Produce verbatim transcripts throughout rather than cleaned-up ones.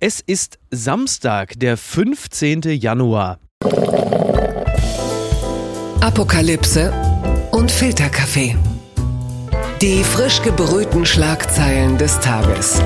Es ist Samstag, der fünfzehnten Januar. Apokalypse und Filterkaffee. Die frisch gebrühten Schlagzeilen des Tages.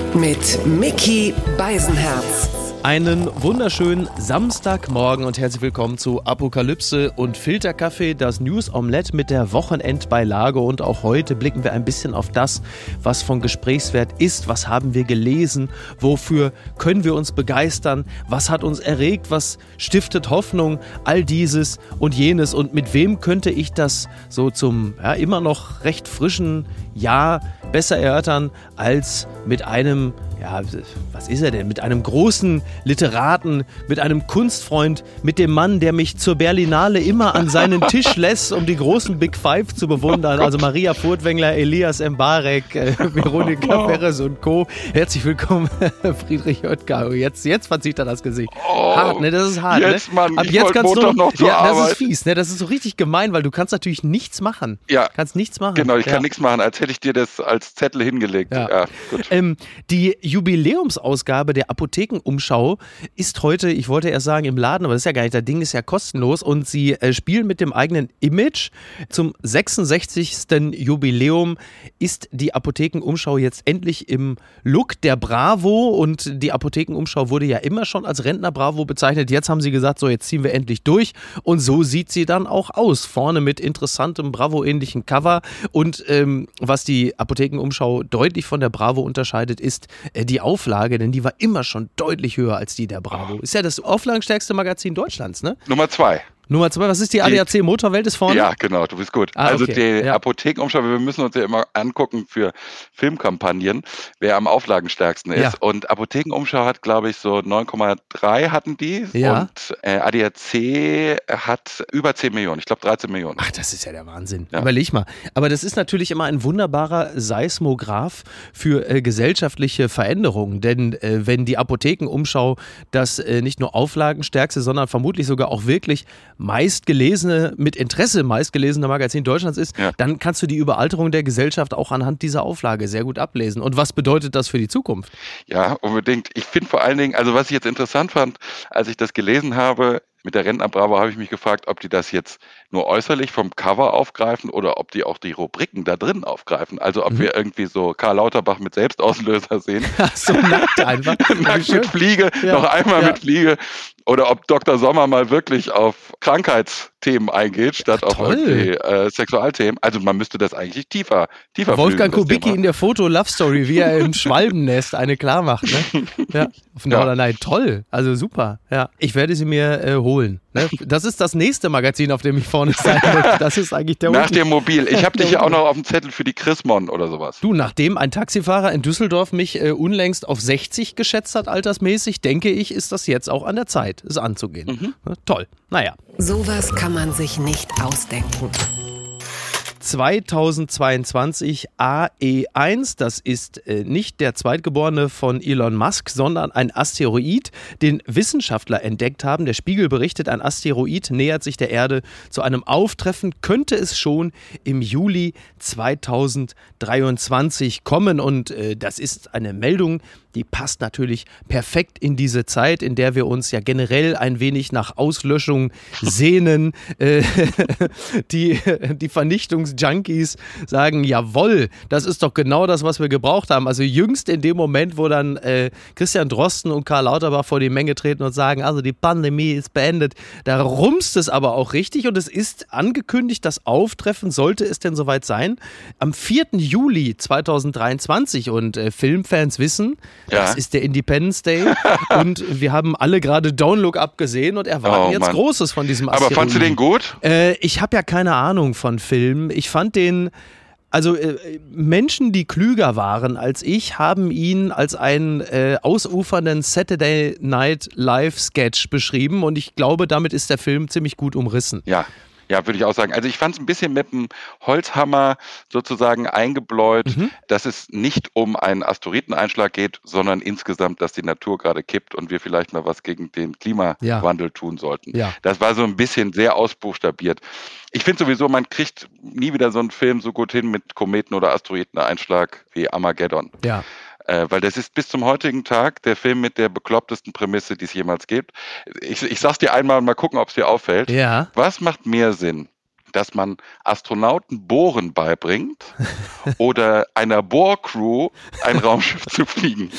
Mit Micky Beisenherz. Einen wunderschönen Samstagmorgen und herzlich willkommen zu Apokalypse und Filterkaffee, das News Omelette mit der Wochenendbeilage. Und auch heute blicken wir ein bisschen auf das, was von Gesprächswert ist. Was haben wir gelesen? Wofür können wir uns begeistern? Was hat uns erregt? Was stiftet Hoffnung? All dieses und jenes. Und mit wem könnte ich das so zum ja, immer noch recht frischen Jahr besser erörtern als mit einem, ja, was ist er denn? Mit einem großen Literaten, mit einem Kunstfreund, mit dem Mann, der mich zur Berlinale immer an seinen Tisch lässt, um die großen Big Five zu bewundern. Also Maria Furtwängler, Elias Mbarek, äh, Veronika Ferres und Co. Herzlich willkommen, Friedrich Oetker. Jetzt, jetzt verzieht er das Gesicht. Oh, hart, ne? Das ist hart, jetzt, ne? Mann, Ab ich jetzt kannst Montag du noch zur ja, das Arbeit. ist fies, ne? Das ist so richtig gemein, weil du kannst natürlich nichts machen. Ja. Kannst nichts machen. Genau, ich kann ja. nichts machen, als hätte ich dir das als Zettel hingelegt. Ja. Ja, gut. Ähm, die Jubiläumsausgabe der Apothekenumschau ist heute, ich wollte erst sagen im Laden, aber das ist ja gar nicht, das Ding ist ja kostenlos und sie äh, spielen mit dem eigenen Image. Zum sechsundsechzigsten Jubiläum ist die Apothekenumschau jetzt endlich im Look der Bravo und die Apothekenumschau wurde ja immer schon als Rentner-Bravo bezeichnet. Jetzt haben sie gesagt, so jetzt ziehen wir endlich durch und so sieht sie dann auch aus. Vorne mit interessantem Bravo-ähnlichen Cover und ähm, was die Apothekenumschau deutlich von der Bravo unterscheidet, ist äh, die Auflage, denn die war immer schon deutlich höher als die der Bravo. Ist ja das auflagenstärkste Magazin Deutschlands, ne? Nummer zwei. Nummer zwei, was ist die A D A C Motorwelt ist vorne? Ja, genau, du bist gut. Ah, also okay. die Ja. Apothekenumschau, wir müssen uns ja immer angucken für Filmkampagnen, wer am auflagenstärksten ist. Ja. Und Apothekenumschau hat, glaube ich, so neun Komma drei hatten die. Ja. Und äh, A D A C hat über zehn Millionen, ich glaube dreizehn Millionen. Ach, das ist ja der Wahnsinn. Ja. Überleg mal. Aber das ist natürlich immer ein wunderbarer Seismograph für äh, gesellschaftliche Veränderungen. Denn äh, wenn die Apothekenumschau das äh, nicht nur auflagenstärkste, sondern vermutlich sogar auch wirklich meistgelesene, mit Interesse meistgelesene Magazin Deutschlands ist, Ja. dann kannst du die Überalterung der Gesellschaft auch anhand dieser Auflage sehr gut ablesen. Und was bedeutet das für die Zukunft? Ja, unbedingt. Ich finde vor allen Dingen, also was ich jetzt interessant fand, als ich das gelesen habe, mit der Rentner-Bravo habe ich mich gefragt, ob die das jetzt nur äußerlich vom Cover aufgreifen oder ob die auch die Rubriken da drin aufgreifen. Also ob Mhm. wir irgendwie so Karl Lauterbach mit Selbstauslöser sehen. So nackt einfach. Nackt Schön. mit Fliege, Ja, noch einmal ja. mit Fliege. Oder ob Doktor Sommer mal wirklich auf Krankheitsthemen eingeht, statt auf toll. irgendwie äh, Sexualthemen. Also man müsste das eigentlich tiefer, tiefer Wolfgang flügen, das Kubicki Thema. in der Foto-Love-Story, wie er im Schwalbennest eine klar macht. Ne? Ja, auf Norderney. Toll, also super. Ja. Ich werde sie mir äh, holen. Ne? Das ist das nächste Magazin, auf dem ich vorne sein möchte. Das ist eigentlich der Nach unten. dem Mobil. Ich habe Der dich ja auch unten. noch auf dem Zettel für die Chrismon oder sowas. Du, nachdem ein Taxifahrer in Düsseldorf mich äh, unlängst auf sechzig geschätzt hat, altersmäßig, denke ich, ist das jetzt auch an der Zeit, es anzugehen. Mhm. Ne? Toll. Naja. Sowas kann man sich nicht ausdenken. zweitausendzweiundzwanzig A E eins, das ist äh, nicht der Zweitgeborene von Elon Musk, sondern ein Asteroid, den Wissenschaftler entdeckt haben. Der Spiegel berichtet, ein Asteroid nähert sich der Erde. Zu einem Auftreffen könnte es schon im Juli zweitausenddreiundzwanzig kommen und äh, das ist eine Meldung, die passt natürlich perfekt in diese Zeit, in der wir uns ja generell ein wenig nach Auslöschung sehnen. Äh, die, die Vernichtungsjunkies sagen, jawohl, das ist doch genau das, was wir gebraucht haben. Also jüngst in dem Moment, wo dann äh, Christian Drosten und Karl Lauterbach vor die Menge treten und sagen, also die Pandemie ist beendet, da rumst es aber auch richtig und es ist angekündigt, das Auftreffen, sollte es denn soweit sein, am vierten Juli zweitausenddreiundzwanzig und äh, Filmfans wissen, Ja. das ist der Independence Day und wir haben alle gerade Don't Look Up gesehen und erwarten Oh, jetzt Mann. Großes von diesem Aber Asteroiden. fandst du den gut? Äh, ich habe ja keine Ahnung von Filmen. Ich fand den, also äh, Menschen, die klüger waren als ich, haben ihn als einen äh, ausufernden Saturday Night Live Sketch beschrieben und ich glaube, damit ist der Film ziemlich gut umrissen. Ja. Ja, würde ich auch sagen. Also ich fand es ein bisschen mit dem Holzhammer sozusagen eingebläut, Mhm. dass es nicht um einen Asteroideneinschlag geht, sondern insgesamt, dass die Natur gerade kippt und wir vielleicht mal was gegen den Klimawandel Ja. tun sollten. Ja. Das war so ein bisschen sehr ausbuchstabiert. Ich finde sowieso, man kriegt nie wieder so einen Film so gut hin mit Kometen- oder Asteroideneinschlag wie Armageddon. Ja. Äh, weil das ist bis zum heutigen Tag der Film mit der beklopptesten Prämisse, die es jemals gibt. Ich, ich sag's dir einmal, mal gucken, ob es dir auffällt. Ja. Was macht mehr Sinn? Dass man Astronauten Bohren beibringt oder einer Bohrcrew ein Raumschiff zu fliegen.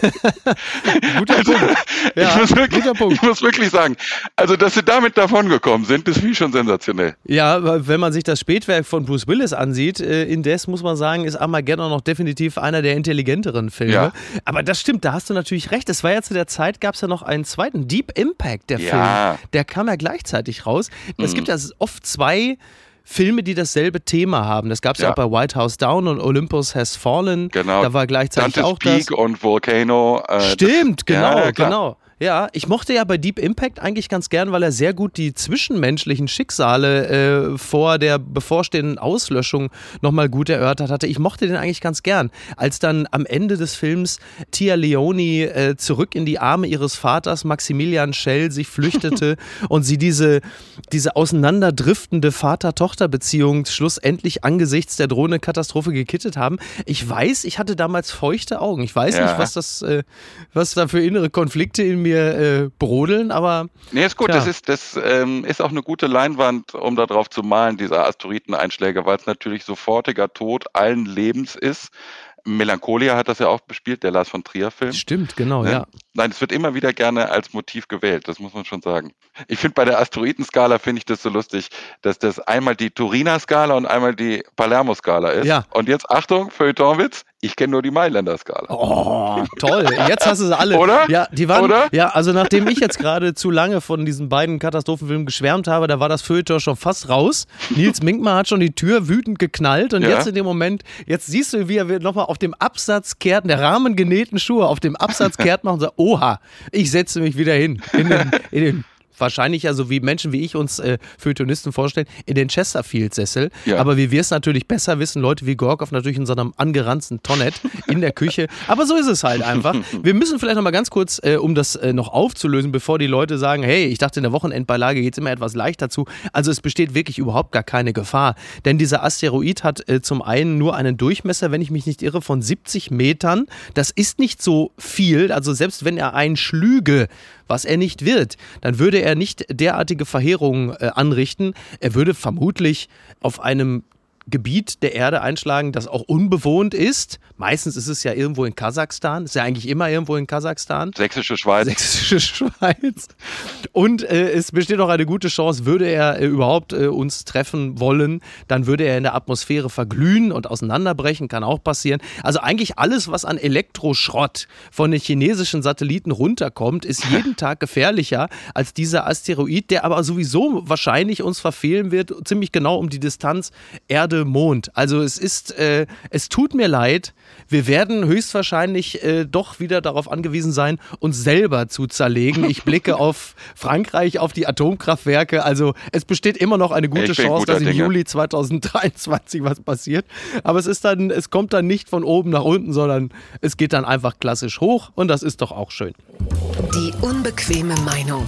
Guter also, Punkt. Ja, ich, muss wirklich, guter Punkt. ich muss wirklich sagen, also dass sie damit davongekommen sind, ist wie schon sensationell. Ja, wenn man sich das Spätwerk von Bruce Willis ansieht, äh, indes muss man sagen, ist Armageddon noch definitiv einer der intelligenteren Filme. Ja. Aber das stimmt, da hast du natürlich recht. Es war ja zu der Zeit, gab es ja noch einen zweiten, Deep Impact, der Ja. Film. Der kam ja gleichzeitig raus. Es mhm. gibt ja oft zwei Filme, die dasselbe Thema haben. Das gab es ja. ja auch bei White House Down und Olympus Has Fallen. Genau. Da war gleichzeitig Dante's auch Peak das. und Volcano. Äh, Stimmt, das, genau, ja, genau. Ja, ich mochte ja bei Deep Impact eigentlich ganz gern, weil er sehr gut die zwischenmenschlichen Schicksale äh, vor der bevorstehenden Auslöschung nochmal gut erörtert hatte. Ich mochte den eigentlich ganz gern. Als dann am Ende des Films Tia Leoni äh, zurück in die Arme ihres Vaters Maximilian Schell sich flüchtete und sie diese, diese auseinanderdriftende Vater-Tochter-Beziehung schlussendlich angesichts der drohenden Katastrophe gekittet haben. Ich weiß, ich hatte damals feuchte Augen. Ich weiß ja. nicht, was das, äh, was da für innere Konflikte in mir äh, brodeln, aber... Nee, ist gut, klar. das ist das ähm, ist auch eine gute Leinwand, um da drauf zu malen, diese Asteroideneinschläge, weil es natürlich sofortiger Tod allen Lebens ist. Melancholia hat das ja auch bespielt, der Lars von Trier-Film. Stimmt, genau, ne? ja. Nein, es wird immer wieder gerne als Motiv gewählt, das muss man schon sagen. Ich finde, bei der Asteroidenskala finde ich das so lustig, dass das einmal die Turiner-Skala und einmal die Palermo-Skala ist. Ja. Und jetzt, Achtung, Feuilletonwitz, ich kenne nur die Mailänder-Skala. Oh, toll. Jetzt hast du sie alle. Oder? Ja, die waren, Oder? Ja, also nachdem ich jetzt gerade zu lange von diesen beiden Katastrophenfilmen geschwärmt habe, da war das Feuilleton schon fast raus. Nils Minkmar hat schon die Tür wütend geknallt und Ja. jetzt in dem Moment, jetzt siehst du, wie er nochmal auf dem Absatz kehrt, der rahmengenähten Schuhe auf dem Absatz kehrt macht und sagt, oha, ich setze mich wieder hin in den, in den wahrscheinlich ja so wie Menschen wie ich uns äh, Feuilletonisten vorstellen, in den Chesterfield-Sessel. Ja. Aber wie wir es natürlich besser wissen, Leute wie Gorkov natürlich in so einem angeranzten Tonnet in der Küche. Aber so ist es halt einfach. Wir müssen vielleicht noch mal ganz kurz, äh, um das äh, noch aufzulösen, bevor die Leute sagen, hey, ich dachte in der Wochenendbeilage geht es immer etwas leichter zu. Also es besteht wirklich überhaupt gar keine Gefahr. Denn dieser Asteroid hat äh, zum einen nur einen Durchmesser, wenn ich mich nicht irre, von siebzig Metern. Das ist nicht so viel. Also selbst wenn er einschlüge, was er nicht wird, dann würde er nicht derartige Verheerungen äh, anrichten. Er würde vermutlich auf einem Gebiet der Erde einschlagen, das auch unbewohnt ist. Meistens ist es ja irgendwo in Kasachstan. Ist ja eigentlich immer irgendwo in Kasachstan. Sächsische Schweiz. Sächsische Schweiz. Und äh, es besteht auch eine gute Chance, würde er äh, überhaupt äh, uns treffen wollen, dann würde er in der Atmosphäre verglühen und auseinanderbrechen, kann auch passieren. Also eigentlich alles, was an Elektroschrott von den chinesischen Satelliten runterkommt, ist jeden Tag gefährlicher als dieser Asteroid, der aber sowieso wahrscheinlich uns verfehlen wird, ziemlich genau um die Distanz Erde Mond. Also es ist, äh, es tut mir leid, wir werden höchstwahrscheinlich äh, doch wieder darauf angewiesen sein, uns selber zu zerlegen. Ich blicke auf Frankreich, auf die Atomkraftwerke. Also es besteht immer noch eine gute Ich bin Chance, guter dass im Dinge. Juli zweitausenddreiundzwanzig was passiert. Aber es ist dann, es kommt dann nicht von oben nach unten, sondern es geht dann einfach klassisch hoch und das ist doch auch schön. Die unbequeme Meinung.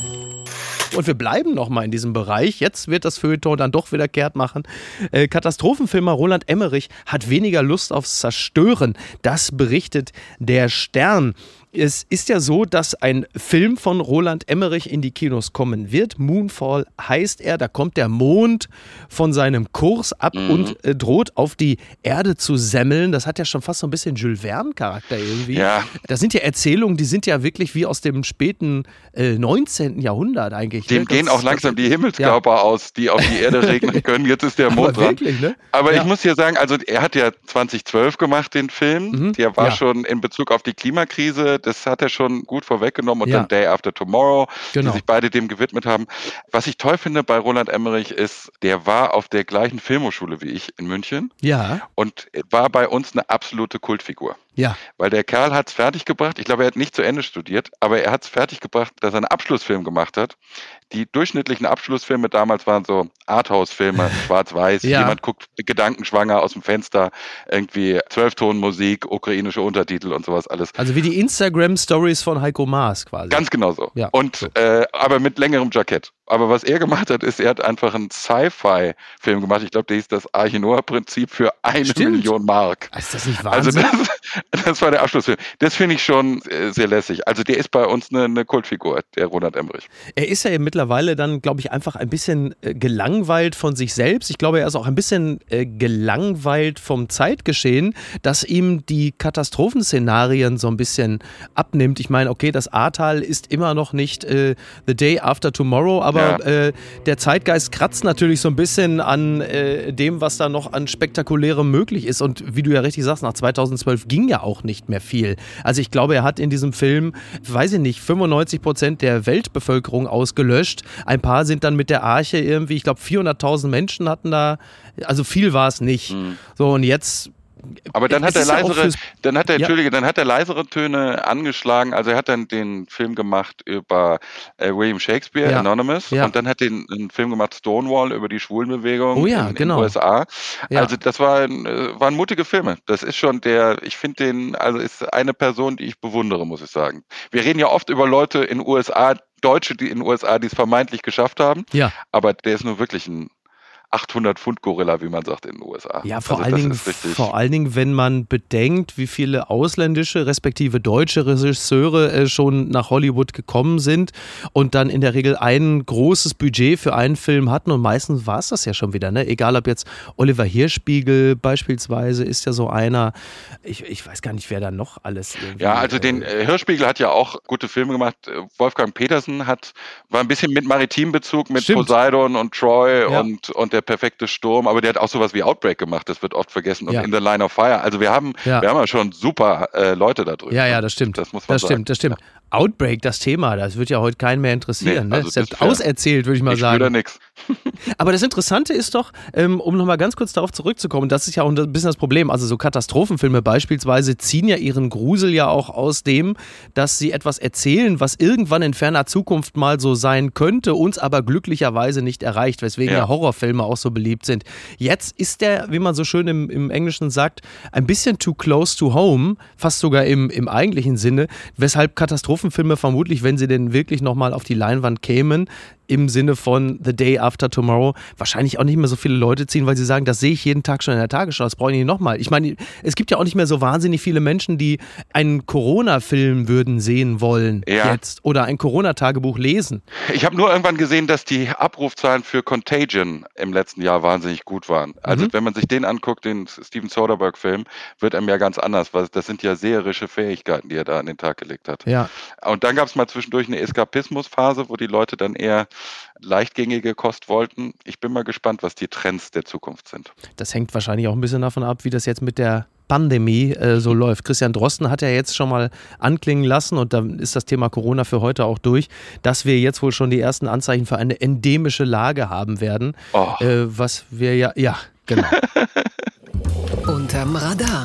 Und wir bleiben nochmal in diesem Bereich. Jetzt wird das Feuilleton dann doch wieder kehrt machen. Äh, Katastrophenfilmer Roland Emmerich hat weniger Lust aufs Zerstören. Das berichtet der Stern. Es ist ja so, dass ein Film von Roland Emmerich in die Kinos kommen wird. Moonfall heißt er. Da kommt der Mond von seinem Kurs ab Mhm. und äh, droht auf die Erde zu semmeln. Das hat ja schon fast so ein bisschen Jules Verne-Charakter irgendwie. Ja. Das sind ja Erzählungen, die sind ja wirklich wie aus dem späten äh, neunzehnten Jahrhundert eigentlich. Dem ne? gehen Ganz- auch langsam die Himmelskörper aus, die auf die Erde regnen können. Jetzt ist der Mond Aber dran. wirklich, ne? Aber Ja. ich muss hier sagen, also er hat ja zweitausendzwölf gemacht, den Film. Mhm. Der war Ja. schon in Bezug auf die Klimakrise, das hat er schon gut vorweggenommen. Und Ja. dann Day After Tomorrow, Genau. die sich beide dem gewidmet haben. Was ich toll finde bei Roland Emmerich ist, der war auf der gleichen Filmhochschule wie ich in München Ja, und war bei uns eine absolute Kultfigur. ja. Weil der Kerl hat es fertiggebracht, ich glaube, er hat nicht zu Ende studiert, aber er hat es fertiggebracht, dass er einen Abschlussfilm gemacht hat. Die durchschnittlichen Abschlussfilme damals waren so Arthouse-Filme, schwarz-weiß, Ja. jemand guckt gedankenschwanger aus dem Fenster, irgendwie Zwölftonmusik, ukrainische Untertitel und sowas alles. Also wie die Instagram-Stories von Heiko Maas quasi. Ganz genau so. Ja, und so. Äh, aber mit längerem Jackett. Aber was er gemacht hat, ist, er hat einfach einen Sci-Fi-Film gemacht. Ich glaube, der hieß das Arche Noah-Prinzip für eine Stimmt. Million Mark. Ist das nicht Wahnsinn? Also das, das war der Abschlussfilm. Das finde ich schon äh, sehr lässig. Also der ist bei uns eine, eine Kultfigur, der Roland Emmerich. Er ist ja mittlerweile dann, glaube ich, einfach ein bisschen äh, gelangweilt von sich selbst. Ich glaube, er ist auch ein bisschen äh, gelangweilt vom Zeitgeschehen, dass ihm die Katastrophenszenarien so ein bisschen abnimmt. Ich meine, okay, das Ahrtal ist immer noch nicht äh, The Day After Tomorrow, aber ja. äh, der Zeitgeist kratzt natürlich so ein bisschen an äh, dem, was da noch an Spektakulärem möglich ist. Und wie du ja richtig sagst, nach zweitausendzwölf ging ja auch nicht mehr viel. Also ich glaube, er hat in diesem Film, weiß ich nicht, fünfundneunzig Prozent der Weltbevölkerung ausgelöscht. Ein paar sind dann mit der Arche irgendwie, ich glaube, vierhunderttausend Menschen hatten da, also viel war es nicht. Mhm. So, und jetzt... Aber dann hat er leisere, ja dann hat er, ja. Entschuldige, dann hat er leisere Töne angeschlagen. Also er hat dann den Film gemacht über äh, William Shakespeare, ja. Anonymous, ja. und dann hat er einen Film gemacht, Stonewall, über die Schwulenbewegung oh ja, in, genau. in den U S A. Ja. Also das war, waren mutige Filme. Das ist schon der, ich finde den, also ist eine Person, die ich bewundere, muss ich sagen. Wir reden ja oft über Leute in den U S A, Deutsche, die in den U S A, die es vermeintlich geschafft haben. Ja. Aber der ist nur wirklich ein achthundert Pfund Gorilla, wie man sagt in den U S A. Ja, vor, also allen Dingen, vor allen Dingen, wenn man bedenkt, wie viele ausländische, respektive deutsche Regisseure äh, schon nach Hollywood gekommen sind und dann in der Regel ein großes Budget für einen Film hatten und meistens war es das ja schon wieder, ne? Egal ob jetzt Oliver Hirschbiegel beispielsweise ist ja so einer, ich, ich weiß gar nicht, wer da noch alles irgendwie... Ja, also den äh, Hirschbiegel hat ja auch gute Filme gemacht. Wolfgang Petersen hat, war ein bisschen mit Maritimbezug, mit Stimmt. Poseidon und Troy ja. und, und der perfekte Sturm, aber der hat auch sowas wie Outbreak gemacht, das wird oft vergessen, und ja. In the Line of Fire. Also wir haben ja, wir haben ja schon super äh, Leute da drüben. Ja, ja, das stimmt. Das muss man das sagen. stimmt, das stimmt. Outbreak, das Thema, das wird ja heute keinen mehr interessieren. Nee, also ne? Selbst auserzählt, würde ich mal ich sagen. Da nix. Aber das Interessante ist doch, ähm, um nochmal ganz kurz darauf zurückzukommen, das ist ja auch ein bisschen das Problem, also so Katastrophenfilme beispielsweise ziehen ja ihren Grusel ja auch aus dem, dass sie etwas erzählen, was irgendwann in ferner Zukunft mal so sein könnte, uns aber glücklicherweise nicht erreicht, weswegen ja, ja Horrorfilme auch so beliebt sind. Jetzt ist der, wie man so schön im, im Englischen sagt, ein bisschen too close to home, fast sogar im, im eigentlichen Sinne, weshalb Katastrophenfilme vermutlich, wenn sie denn wirklich nochmal auf die Leinwand kämen, im Sinne von The Day After Tomorrow, wahrscheinlich auch nicht mehr so viele Leute ziehen, weil sie sagen, das sehe ich jeden Tag schon in der Tagesschau, das brauche ich nicht nochmal. Ich meine, es gibt ja auch nicht mehr so wahnsinnig viele Menschen, die einen Corona-Film würden sehen wollen ja. jetzt oder ein Corona-Tagebuch lesen. Ich habe nur irgendwann gesehen, dass die Abrufzahlen für Contagion im letzten Jahr wahnsinnig gut waren. Also mhm. wenn man sich den anguckt, den Steven Soderbergh-Film, wird einem ja ganz anders, weil das sind ja seherische Fähigkeiten, die er da an den Tag gelegt hat. Ja. Und dann gab es mal zwischendurch eine Eskapismusphase, wo die Leute dann eher leichtgängige Kost wollten. Ich bin mal gespannt, was die Trends der Zukunft sind. Das hängt wahrscheinlich auch ein bisschen davon ab, wie das jetzt mit der Pandemie äh, so läuft. Christian Drosten hat ja jetzt schon mal anklingen lassen, und dann ist das Thema Corona für heute auch durch, dass wir jetzt wohl schon die ersten Anzeichen für eine endemische Lage haben werden. Oh. Äh, was wir ja, ja, genau. Unterm Radar.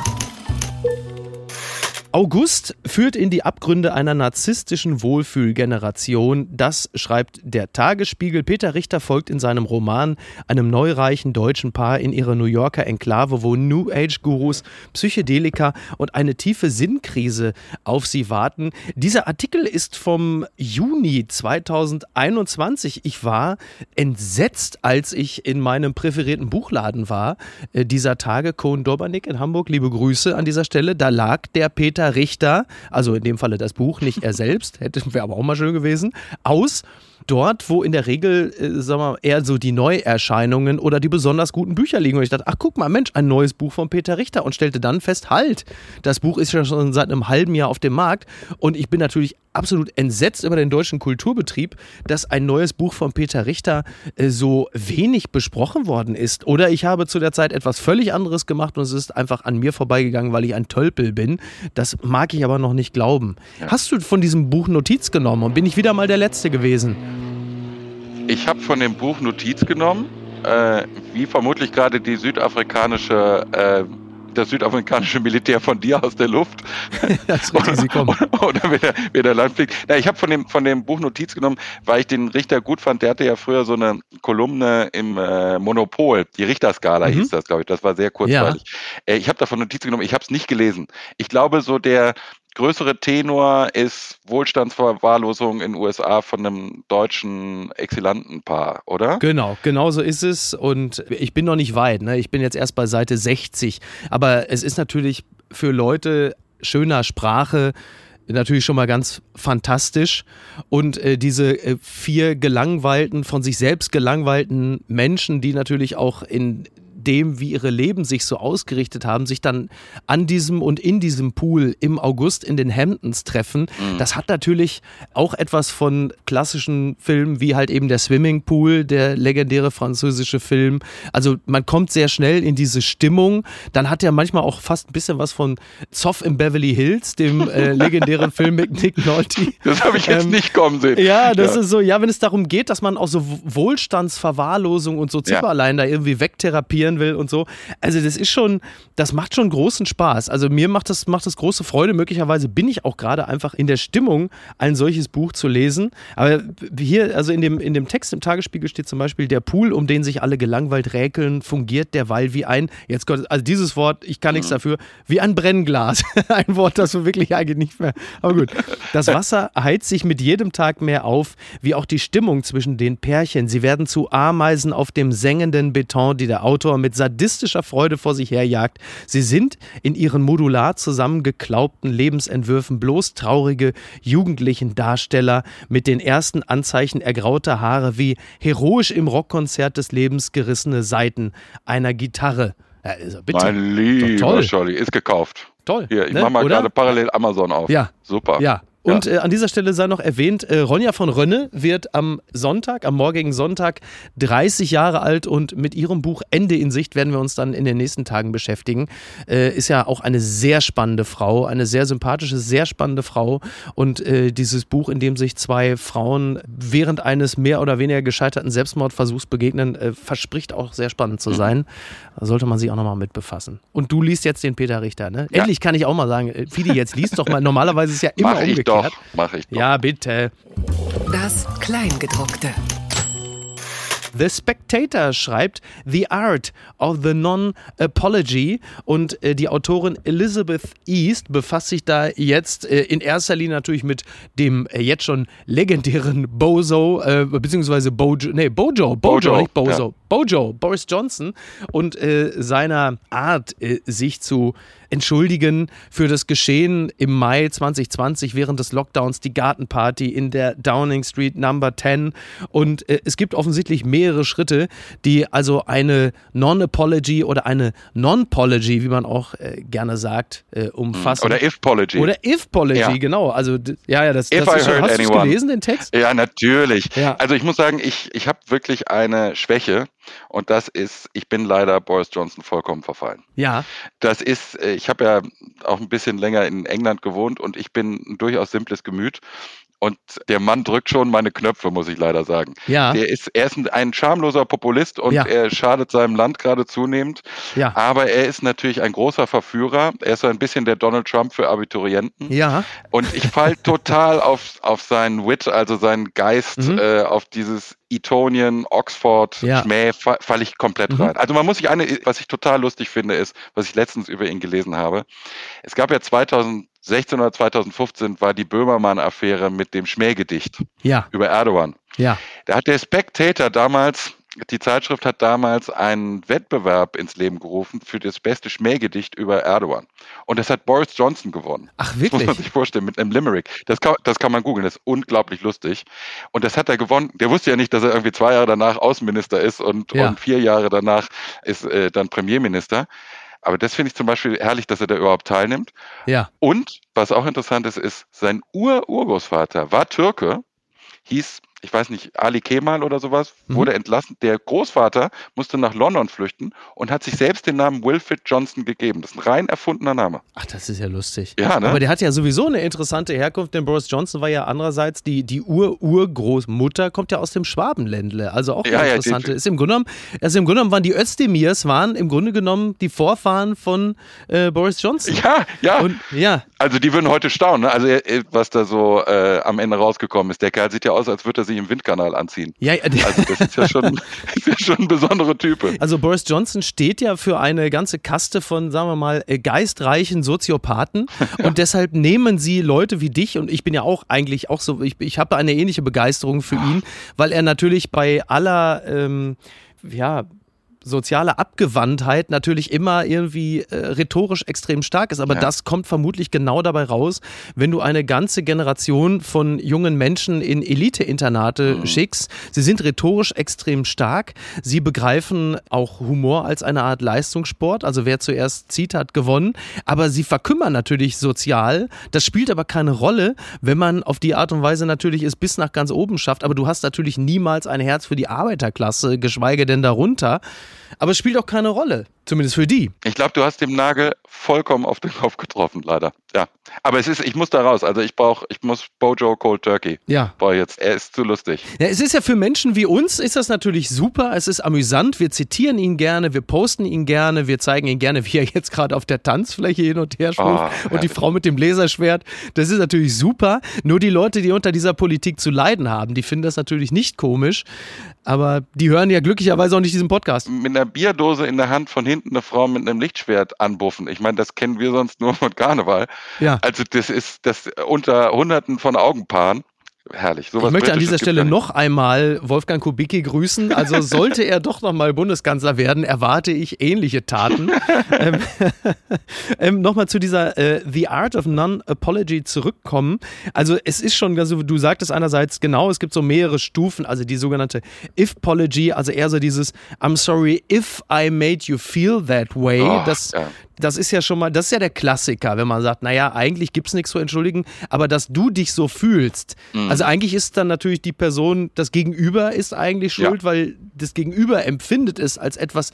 August führt in die Abgründe einer narzisstischen Wohlfühlgeneration. Das schreibt der Tagesspiegel. Peter Richter folgt in seinem Roman einem neureichen deutschen Paar in ihrer New Yorker Enklave, wo New Age-Gurus, Psychedelika und eine tiefe Sinnkrise auf sie warten. Dieser Artikel ist vom Juni zweitausendeinundzwanzig. Ich war entsetzt, als ich in meinem präferierten Buchladen war. Äh, dieser Tage, Cohn-Dobernick in Hamburg, liebe Grüße an dieser Stelle. Da lag der Peter Richter, also in dem Falle das Buch, nicht er selbst, hätte wäre aber auch mal schön gewesen, aus dort, wo in der Regel, äh, sagen wir mal, eher so die Neuerscheinungen oder die besonders guten Bücher liegen. Und ich dachte, ach guck mal, Mensch, ein neues Buch von Peter Richter, und stellte dann fest, halt, das Buch ist ja schon seit einem halben Jahr auf dem Markt, und ich bin natürlich absolut entsetzt über den deutschen Kulturbetrieb, dass ein neues Buch von Peter Richter äh, so wenig besprochen worden ist. Oder ich habe zu der Zeit etwas völlig anderes gemacht und es ist einfach an mir vorbeigegangen, weil ich ein Tölpel bin. Das mag ich aber noch nicht glauben. Ja. Hast du von diesem Buch Notiz genommen und bin ich wieder mal der Letzte gewesen? Ich habe von dem Buch Notiz genommen, äh, wie vermutlich gerade die südafrikanische äh, das südafrikanische Militär von dir aus der Luft. Das ist richtig, sie kommen. Oder wie der, wie der Land fliegt. Na, ich habe von dem, von dem Buch Notiz genommen, weil ich den Richter gut fand. Der hatte ja früher so eine Kolumne im äh, Monopol. Die Richterskala mhm. hieß das, glaube ich. Das war sehr kurzweilig. Ja. Äh, ich habe davon Notiz genommen. Ich habe es nicht gelesen. Ich glaube, so der größere Tenor ist Wohlstandsverwahrlosung in den U S A von einem deutschen Exilantenpaar, oder? Genau, genau so ist es. Und ich bin noch nicht weit, ne? Ich bin jetzt erst bei Seite sechzig. Aber es ist natürlich für Leute schöner Sprache natürlich schon mal ganz fantastisch. Und äh, diese äh, vier gelangweilten, von sich selbst gelangweilten Menschen, die natürlich auch in dem, wie ihre Leben sich so ausgerichtet haben, sich dann an diesem und in diesem Pool im August in den Hamptons treffen. Mhm. Das hat natürlich auch etwas von klassischen Filmen, wie halt eben der Swimmingpool, der legendäre französische Film. Also man kommt sehr schnell in diese Stimmung. Dann hat er manchmal auch fast ein bisschen was von Zoff im Beverly Hills, dem äh, legendären Film mit Nick Nolte. Das habe ich jetzt ähm, nicht kommen sehen. Ja, das ja. ist so, ja, wenn es darum geht, dass man auch so Wohlstandsverwahrlosung und so Zimmerlein ja. da irgendwie wegtherapieren will und so. Also das ist schon, das macht schon großen Spaß. Also mir macht das, macht das große Freude. Möglicherweise bin ich auch gerade einfach in der Stimmung, ein solches Buch zu lesen. Aber hier, also in dem, in dem Text im Tagesspiegel steht zum Beispiel, der Pool, um den sich alle gelangweilt räkeln, fungiert derweil wie ein, jetzt kommt, also dieses Wort, ich kann nichts dafür, wie ein Brennglas. Ein Wort, das so wirklich eigentlich nicht mehr, aber gut. Das Wasser heizt sich mit jedem Tag mehr auf, wie auch die Stimmung zwischen den Pärchen. Sie werden zu Ameisen auf dem sengenden Beton, die der Autor mit sadistischer Freude vor sich herjagt. Sie sind in ihren modular zusammengeklaubten Lebensentwürfen bloß traurige, jugendlichen Darsteller mit den ersten Anzeichen ergrauter Haare wie heroisch im Rockkonzert des Lebens gerissene Saiten einer Gitarre. Ja, also bitte. Mein lieber Scholli, ist gekauft. Toll. Hier, ich ne? mach mal Oder? gerade parallel Amazon auf. Ja. Super. Ja. Und äh, an dieser Stelle sei noch erwähnt, äh, Ronja von Rönne wird am Sonntag, am morgigen Sonntag dreißig Jahre alt und mit ihrem Buch Ende in Sicht werden wir uns dann in den nächsten Tagen beschäftigen. Äh, ist ja auch eine sehr spannende Frau, eine sehr sympathische, sehr spannende Frau und äh, dieses Buch, in dem sich zwei Frauen während eines mehr oder weniger gescheiterten Selbstmordversuchs begegnen, äh, verspricht auch sehr spannend zu sein. Da sollte man sich auch nochmal mit befassen. Und du liest jetzt den Peter Richter, ne? Ja. Endlich kann ich auch mal sagen, Fidi, jetzt liest doch mal, normalerweise ist es ja immer Mach umgekehrt. Doch, mach ich doch. Ja, bitte. Das Kleingedruckte. The Spectator schreibt The Art of the Non-Apology und äh, die Autorin Elizabeth East befasst sich da jetzt äh, in erster Linie natürlich mit dem äh, jetzt schon legendären Bozo, äh, beziehungsweise Bojo, nee, Bojo, Bojo, Bojo nicht Bozo, ja. Bojo, Boris Johnson und äh, seiner Art, äh, sich zu entschuldigen für das Geschehen im Mai zwanzig zwanzig während des Lockdowns, die Gartenparty in der Downing Street Number zehn und äh, es gibt offensichtlich mehrere Schritte, die also eine Non-Apology oder eine Non-Pology, wie man auch äh, gerne sagt, äh, umfassen. Oder If-Pology. Oder If-Pology, ja. Genau. Also, d- ja, ja, das, das If ist schon, hast du es gelesen, den Text? Ja, natürlich. Ja. Also ich muss sagen, ich, ich habe wirklich eine Schwäche und das ist, ich bin leider Boris Johnson vollkommen verfallen. Ja. Das ist, ich habe ja auch ein bisschen länger in England gewohnt und ich bin ein durchaus simples Gemüt. Und der Mann drückt schon meine Knöpfe, muss ich leider sagen. Ja. Der ist, er ist ein, ein schamloser Populist und ja. er schadet seinem Land gerade zunehmend. Ja. Aber er ist natürlich ein großer Verführer. Er ist so ein bisschen der Donald Trump für Abiturienten. Ja. Und ich falle total auf, auf seinen Wit, also seinen Geist, mhm. äh, auf dieses Etonien, Oxford, ja. Schmäh, fa- falle ich komplett mhm. rein. Also man muss sich eine, was ich total lustig finde, ist, was ich letztens über ihn gelesen habe. Es gab ja zweitausendsechzehn oder zweitausendfünfzehn war die Böhmermann-Affäre mit dem Schmähgedicht ja. über Erdogan. Ja. Da hat der Spectator damals, die Zeitschrift hat damals einen Wettbewerb ins Leben gerufen für das beste Schmähgedicht über Erdogan. Und das hat Boris Johnson gewonnen. Ach, wirklich? Das muss man sich vorstellen, mit einem Limerick. Das kann, das kann man googeln, das ist unglaublich lustig. Und das hat er gewonnen. Der wusste ja nicht, dass er irgendwie zwei Jahre danach Außenminister ist und, ja. und vier Jahre danach ist äh, dann Premierminister. Aber das finde ich zum Beispiel herrlich, dass er da überhaupt teilnimmt. Ja. Und was auch interessant ist, ist, sein Ur-Urgroßvater war Türke, hieß, ich weiß nicht, Ali Kemal oder sowas, wurde mhm. entlassen. Der Großvater musste nach London flüchten und hat sich selbst den Namen Wilfred Johnson gegeben. Das ist ein rein erfundener Name. Ach, das ist ja lustig. Ja, ne? Aber der hat ja sowieso eine interessante Herkunft, denn Boris Johnson war ja andererseits, die, die Ur-Urgroßmutter kommt ja aus dem Schwabenländle. Also auch eine ja, interessante. Ja, ist im Grunde genommen, also im Grunde genommen waren die Özdemirs, waren im Grunde genommen die Vorfahren von äh, Boris Johnson. Ja, ja. Und, ja. Also die würden heute staunen, ne? Also was da so äh, am Ende rausgekommen ist. Der Kerl sieht ja aus, als würde er sich sich im Windkanal anziehen. Ja, ja. Also das ist ja schon, ist ja schon ein besonderer Typ. Also Boris Johnson steht ja für eine ganze Kaste von, sagen wir mal, geistreichen Soziopathen und deshalb nehmen sie Leute wie dich und ich bin ja auch eigentlich auch so, ich, ich habe eine ähnliche Begeisterung für ihn, weil er natürlich bei aller, ähm, ja, soziale Abgewandtheit natürlich immer irgendwie äh, rhetorisch extrem stark ist. Aber ja. das kommt vermutlich genau dabei raus, wenn du eine ganze Generation von jungen Menschen in Elite-Internate mhm. schickst. Sie sind rhetorisch extrem stark. Sie begreifen auch Humor als eine Art Leistungssport. Also wer zuerst zieht, hat gewonnen. Aber sie verkümmern natürlich sozial. Das spielt aber keine Rolle, wenn man auf die Art und Weise natürlich es bis nach ganz oben schafft. Aber du hast natürlich niemals ein Herz für die Arbeiterklasse, geschweige denn darunter. Aber es spielt auch keine Rolle, zumindest für die. Ich glaube, du hast den Nagel vollkommen auf den Kopf getroffen, leider. Ja, aber es ist, ich muss da raus. Also ich brauche, ich muss Bojo Cold Turkey. Ja. Boah, jetzt, er ist zu lustig. Ja, es ist ja für Menschen wie uns, ist das natürlich super. Es ist amüsant. Wir zitieren ihn gerne, wir posten ihn gerne, wir zeigen ihn gerne, wie er jetzt gerade auf der Tanzfläche hin und her schwimmt oh, und die Frau mit dem Laserschwert. Das ist natürlich super. Nur die Leute, die unter dieser Politik zu leiden haben, die finden das natürlich nicht komisch. Aber die hören ja glücklicherweise auch nicht diesen Podcast. Mit einer Bierdose in der Hand von hinten eine Frau mit einem Lichtschwert anbuffen. Ich meine, das kennen wir sonst nur von Karneval. Ja. Also das ist das unter Hunderten von Augenpaaren. Herrlich. Sowas ich möchte an dieser Stelle noch einmal Wolfgang Kubicki grüßen. Also sollte er doch noch mal Bundeskanzler werden, erwarte ich ähnliche Taten. ähm, ähm, Nochmal zu dieser äh, The Art of Non-Apology zurückkommen. Also es ist schon, also du sagtest einerseits genau, es gibt so mehrere Stufen, also die sogenannte If-Pology, also eher so dieses I'm sorry if I made you feel that way. Oh, das, ja. das ist ja schon mal, das ist ja der Klassiker, wenn man sagt, naja, eigentlich gibt es nichts zu entschuldigen, aber dass du dich so fühlst, mhm. also eigentlich ist dann natürlich die Person, das Gegenüber ist eigentlich schuld, ja. weil das Gegenüber empfindet es als etwas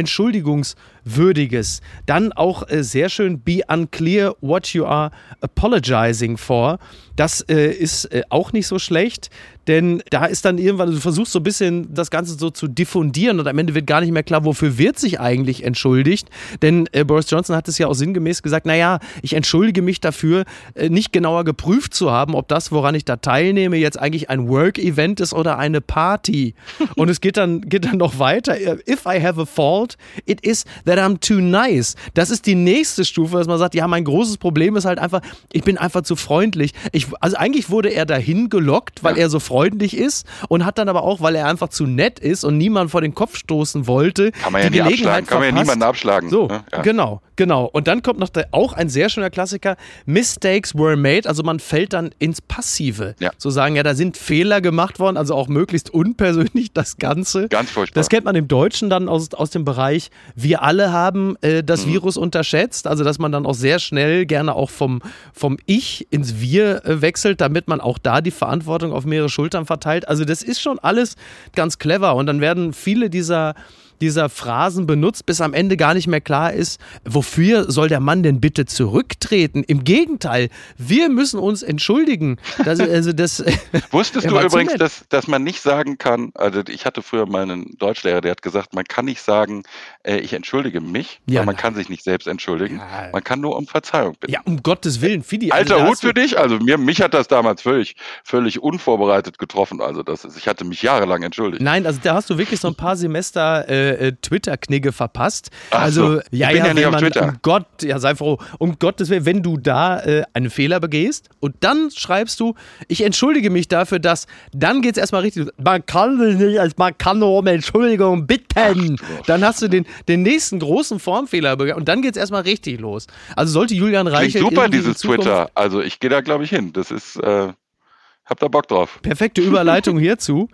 Entschuldigungswürdiges. Dann auch äh, sehr schön, be unclear what you are apologizing for. Das äh, ist äh, auch nicht so schlecht, denn da ist dann irgendwann, du versuchst so ein bisschen das Ganze so zu diffundieren und am Ende wird gar nicht mehr klar, wofür wird sich eigentlich entschuldigt, denn äh, Boris Johnson hat es ja auch sinngemäß gesagt, naja, ich entschuldige mich dafür, äh, nicht genauer geprüft zu haben, ob das, woran ich da teilnehme, jetzt eigentlich ein Work-Event ist oder eine Party. Und es geht dann, geht dann noch weiter, if I have a fault, it is that I'm too nice. Das ist die nächste Stufe, dass man sagt, ja, mein großes Problem ist halt einfach, ich bin einfach zu freundlich. Ich Also eigentlich wurde er dahin gelockt, weil ja. er so freundlich ist und hat dann aber auch, weil er einfach zu nett ist und niemand vor den Kopf stoßen wollte, kann man ja die nie Gelegenheit abschlagen. Kann man ja niemanden abschlagen. So, ja. genau, genau. Und dann kommt noch der, auch ein sehr schöner Klassiker, Mistakes were made, also man fällt dann ins Passive. Ja. So sagen, ja, da sind Fehler gemacht worden, also auch möglichst unpersönlich das Ganze. Ganz furchtbar. Das kennt man im Deutschen dann aus, aus dem Bereich, wir alle haben äh, das mhm. Virus unterschätzt, also dass man dann auch sehr schnell gerne auch vom, vom Ich ins Wir äh, wechselt, damit man auch da die Verantwortung auf mehrere Schultern verteilt. Also das ist schon alles ganz clever und dann werden viele dieser dieser Phrasen benutzt, bis am Ende gar nicht mehr klar ist, wofür soll der Mann denn bitte zurücktreten? Im Gegenteil, wir müssen uns entschuldigen. Das, also das, Wusstest du übrigens, dass, dass man nicht sagen kann, also ich hatte früher mal einen Deutschlehrer, der hat gesagt, man kann nicht sagen, äh, ich entschuldige mich, ja, weil man kann sich nicht selbst entschuldigen. Ja. Man kann nur um Verzeihung bitten. Ja, um Gottes Willen, Fidi. Alter also, Hut für dich, also mir, mich hat das damals völlig, völlig unvorbereitet getroffen. Also das ist, ich hatte mich jahrelang entschuldigt. Nein, also da hast du wirklich so ein paar Semester äh, Twitter-Knigge verpasst. Ach also, so. ja, ich bin ja, ja nicht wenn auf man, Twitter. Um Gott, ja, sei froh, um Gottes Willen, wenn du da äh, einen Fehler begehst und dann schreibst du, ich entschuldige mich dafür, dass, dann geht es erstmal richtig, man kann nicht, also man kann nur um Entschuldigung bitten. Ach, dann hast du den, den nächsten großen Formfehler begangen und dann geht es erstmal richtig los. Also sollte Julian Reichelt Klingt super, dieses Twitter. Also ich gehe da, glaube ich, hin. Das ist, äh, hab da Bock drauf. Perfekte Überleitung hierzu.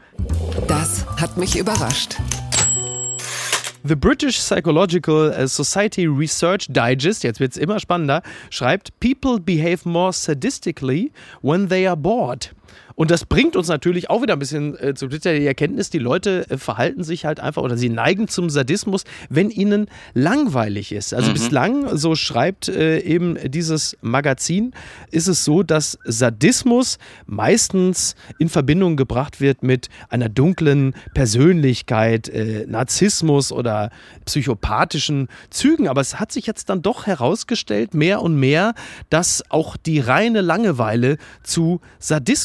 Das hat mich überrascht. The British Psychological Society Research Digest, jetzt wird es immer spannender, schreibt, People behave more sadistically when they are bored. Und das bringt uns natürlich auch wieder ein bisschen äh, zu Twitter die Erkenntnis, die Leute äh, verhalten sich halt einfach oder sie neigen zum Sadismus, wenn ihnen langweilig ist. Also mhm. bislang, so schreibt äh, eben dieses Magazin, ist es so, dass Sadismus meistens in Verbindung gebracht wird mit einer dunklen Persönlichkeit, äh, Narzissmus oder psychopathischen Zügen. Aber es hat sich jetzt dann doch herausgestellt, mehr und mehr, dass auch die reine Langeweile zu Sadismus führt.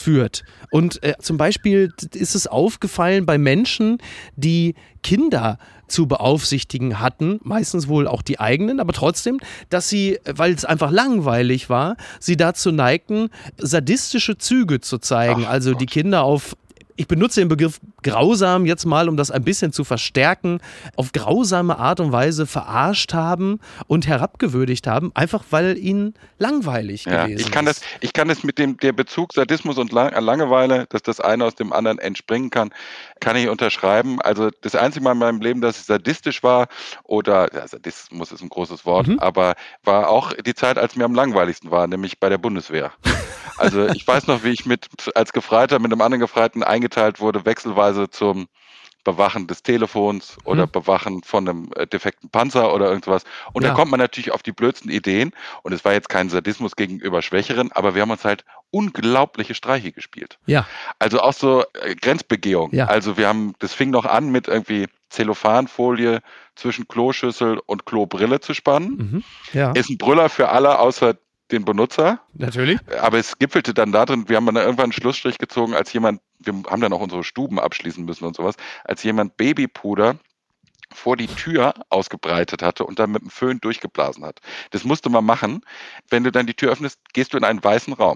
führt. Und äh, zum Beispiel ist es aufgefallen bei Menschen, die Kinder zu beaufsichtigen hatten, meistens wohl auch die eigenen, aber trotzdem, dass sie, weil es einfach langweilig war, sie dazu neigten, sadistische Züge zu zeigen. Ach, also Gott. Die Kinder auf, ich benutze den Begriff grausam jetzt mal, um das ein bisschen zu verstärken, auf grausame Art und Weise verarscht haben und herabgewürdigt haben, einfach weil ihnen langweilig ja, gewesen ich kann ist. Das, ich kann das mit dem der Bezug Sadismus und Lang- Langeweile, dass das eine aus dem anderen entspringen kann, kann ich unterschreiben. Also das einzige Mal in meinem Leben, dass ich sadistisch war, oder ja, Sadismus ist ein großes Wort, mhm. aber war auch die Zeit, als mir am langweiligsten war, nämlich bei der Bundeswehr. Also ich weiß noch, wie ich mit als Gefreiter mit einem anderen Gefreiten eingeteilt wurde, wechselweise zum Bewachen des Telefons oder hm. Bewachen von einem äh, defekten Panzer oder irgendwas. Und ja. da kommt man natürlich auf die blödsten Ideen. Und es war jetzt kein Sadismus gegenüber Schwächeren, aber wir haben uns halt unglaubliche Streiche gespielt. Ja. Also auch so äh, Grenzbegehung. Ja. Also wir haben, das fing noch an mit irgendwie Zellophanfolie zwischen Kloschüssel und Klobrille zu spannen. Mhm. Ja. Ist ein Brüller für alle außer den Benutzer. Natürlich. Aber es gipfelte dann darin, wir haben dann irgendwann einen Schlussstrich gezogen, als jemand, wir haben dann auch unsere Stuben abschließen müssen und sowas, als jemand Babypuder vor die Tür ausgebreitet hatte und dann mit dem Föhn durchgeblasen hat. Das musste man machen. Wenn du dann die Tür öffnest, gehst du in einen weißen Raum.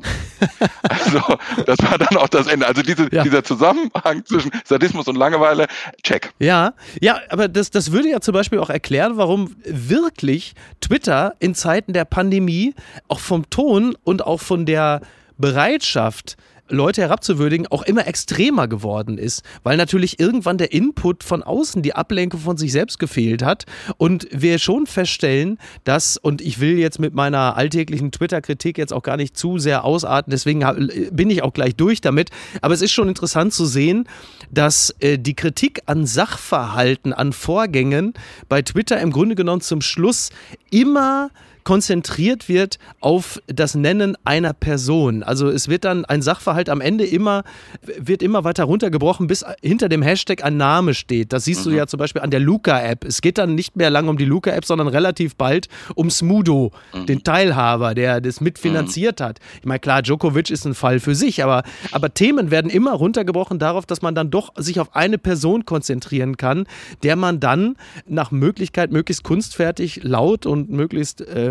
Also das war dann auch das Ende. Also diese, ja. dieser Zusammenhang zwischen Sadismus und Langeweile, check. Ja, ja, aber das, das würde ja zum Beispiel auch erklären, warum wirklich Twitter in Zeiten der Pandemie auch vom Ton und auch von der Bereitschaft, Leute herabzuwürdigen, auch immer extremer geworden ist, weil natürlich irgendwann der Input von außen, die Ablenkung von sich selbst gefehlt hat und wir schon feststellen, dass, und ich will jetzt mit meiner alltäglichen Twitter-Kritik jetzt auch gar nicht zu sehr ausarten, deswegen bin ich auch gleich durch damit, aber es ist schon interessant zu sehen, dass äh, die Kritik an Sachverhalten, an Vorgängen bei Twitter im Grunde genommen zum Schluss immer konzentriert wird auf das Nennen einer Person. Also es wird dann ein Sachverhalt am Ende immer, wird immer weiter runtergebrochen, bis hinter dem Hashtag ein Name steht. Das siehst mhm. du ja zum Beispiel an der Luca-App. Es geht dann nicht mehr lange um die Luca-App, sondern relativ bald um Smudo, mhm. den Teilhaber, der das mitfinanziert mhm. hat. Ich meine, klar, Djokovic ist ein Fall für sich, aber, aber Themen werden immer runtergebrochen darauf, dass man dann doch sich auf eine Person konzentrieren kann, der man dann nach Möglichkeit möglichst kunstfertig, laut und möglichst äh,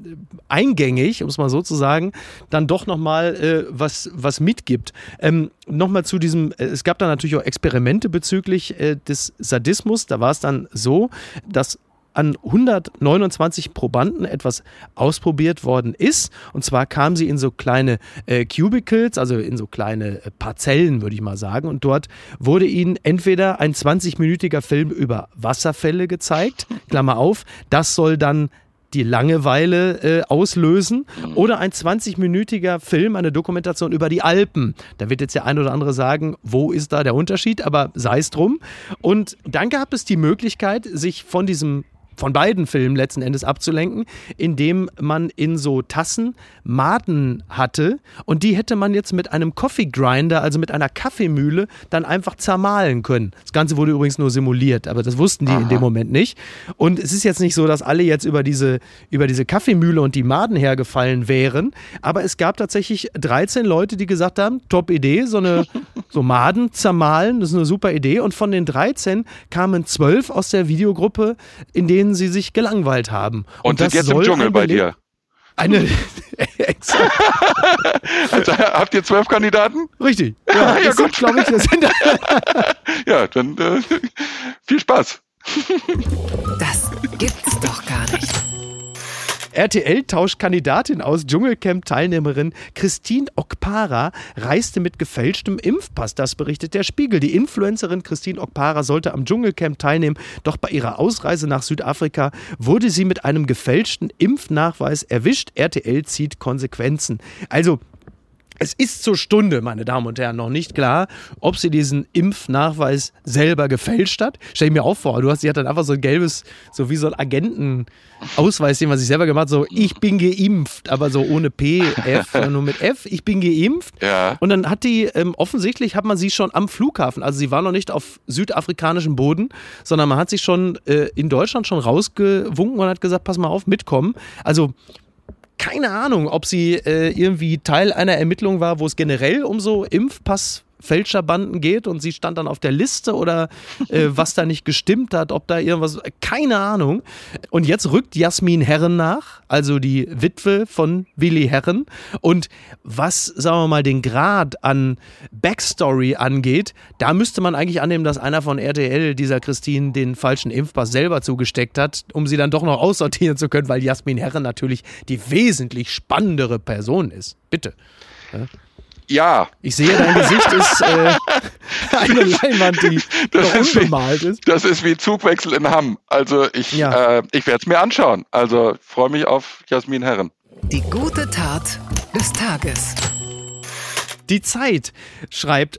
eingängig, um es mal so zu sagen, dann doch nochmal äh, was, was mitgibt. Ähm, nochmal zu diesem, äh, es gab da natürlich auch Experimente bezüglich äh, des Sadismus. Da war es dann so, dass an hundertneunundzwanzig Probanden etwas ausprobiert worden ist. Und zwar kamen sie in so kleine äh, Cubicles, also in so kleine äh, Parzellen, würde ich mal sagen. Und dort wurde ihnen entweder ein zwanzigminütiger Film über Wasserfälle gezeigt, Klammer auf, das soll dann die Langeweile äh, auslösen, oder ein zwanzigminütiger Film, eine Dokumentation über die Alpen. Da wird jetzt der ein oder andere sagen, wo ist da der Unterschied, aber sei es drum. Und dann gab es die Möglichkeit, sich von diesem von beiden Filmen letzten Endes abzulenken, indem man in so Tassen Maden hatte und die hätte man jetzt mit einem Coffee Grinder, also mit einer Kaffeemühle, dann einfach zermahlen können. Das Ganze wurde übrigens nur simuliert, aber das wussten die Aha. in dem Moment nicht. Und es ist jetzt nicht so, dass alle jetzt über diese, über diese Kaffeemühle und die Maden hergefallen wären, aber es gab tatsächlich dreizehn Leute, die gesagt haben, top Idee, so eine so Maden zermahlen, das ist eine super Idee. Und von den dreizehn kamen zwölf aus der Videogruppe, in denen sie sich gelangweilt haben. Und, und sind jetzt im Dschungel bei dir? Eine. Also, habt ihr zwölf Kandidaten? Richtig. Ja, ja gut. Glaube ich, wir sind ja, dann äh, viel Spaß. Das gibt's doch gar nicht. R T L tauscht Kandidatin aus. Dschungelcamp-Teilnehmerin Christine Okpara reiste mit gefälschtem Impfpass. Das berichtet der Spiegel. Die Influencerin Christine Okpara sollte am Dschungelcamp teilnehmen. Doch bei ihrer Ausreise nach Südafrika wurde sie mit einem gefälschten Impfnachweis erwischt. R T L zieht Konsequenzen. Also, es ist zur Stunde, meine Damen und Herren, noch nicht klar, ob sie diesen Impfnachweis selber gefälscht hat. Stell ich mir auch vor, du hast, sie hat dann einfach so ein gelbes, so wie so ein Agentenausweis, den man sich selber gemacht hat, so ich bin geimpft, aber so ohne P, F, sondern nur mit F, ich bin geimpft. Ja. Und dann hat die, ähm, offensichtlich hat man sie schon am Flughafen, also sie war noch nicht auf südafrikanischem Boden, sondern man hat sie schon äh, in Deutschland schon rausgewunken und hat gesagt, pass mal auf, mitkommen. Also keine Ahnung, ob sie äh, irgendwie Teil einer Ermittlung war, wo es generell um so Impfpassfälscherbanden geht und sie stand dann auf der Liste oder äh, was da nicht gestimmt hat, ob da irgendwas, keine Ahnung. Und jetzt rückt Jasmin Herren nach, also die Witwe von Willi Herren. Und was, sagen wir mal, den Grad an Backstory angeht, da müsste man eigentlich annehmen, dass einer von R T L dieser Christine den falschen Impfpass selber zugesteckt hat, um sie dann doch noch aussortieren zu können, weil Jasmin Herren natürlich die wesentlich spannendere Person ist. Bitte. Ja. Ja. Ich sehe, dein Gesicht ist äh, eine Leinwand, die noch unbemalt ist. Das ist wie Zugwechsel in Hamm. Also ich, ja. äh, ich werde es mir anschauen. Also freue mich auf Jasmin Herren. Die gute Tat des Tages. Die Zeit schreibt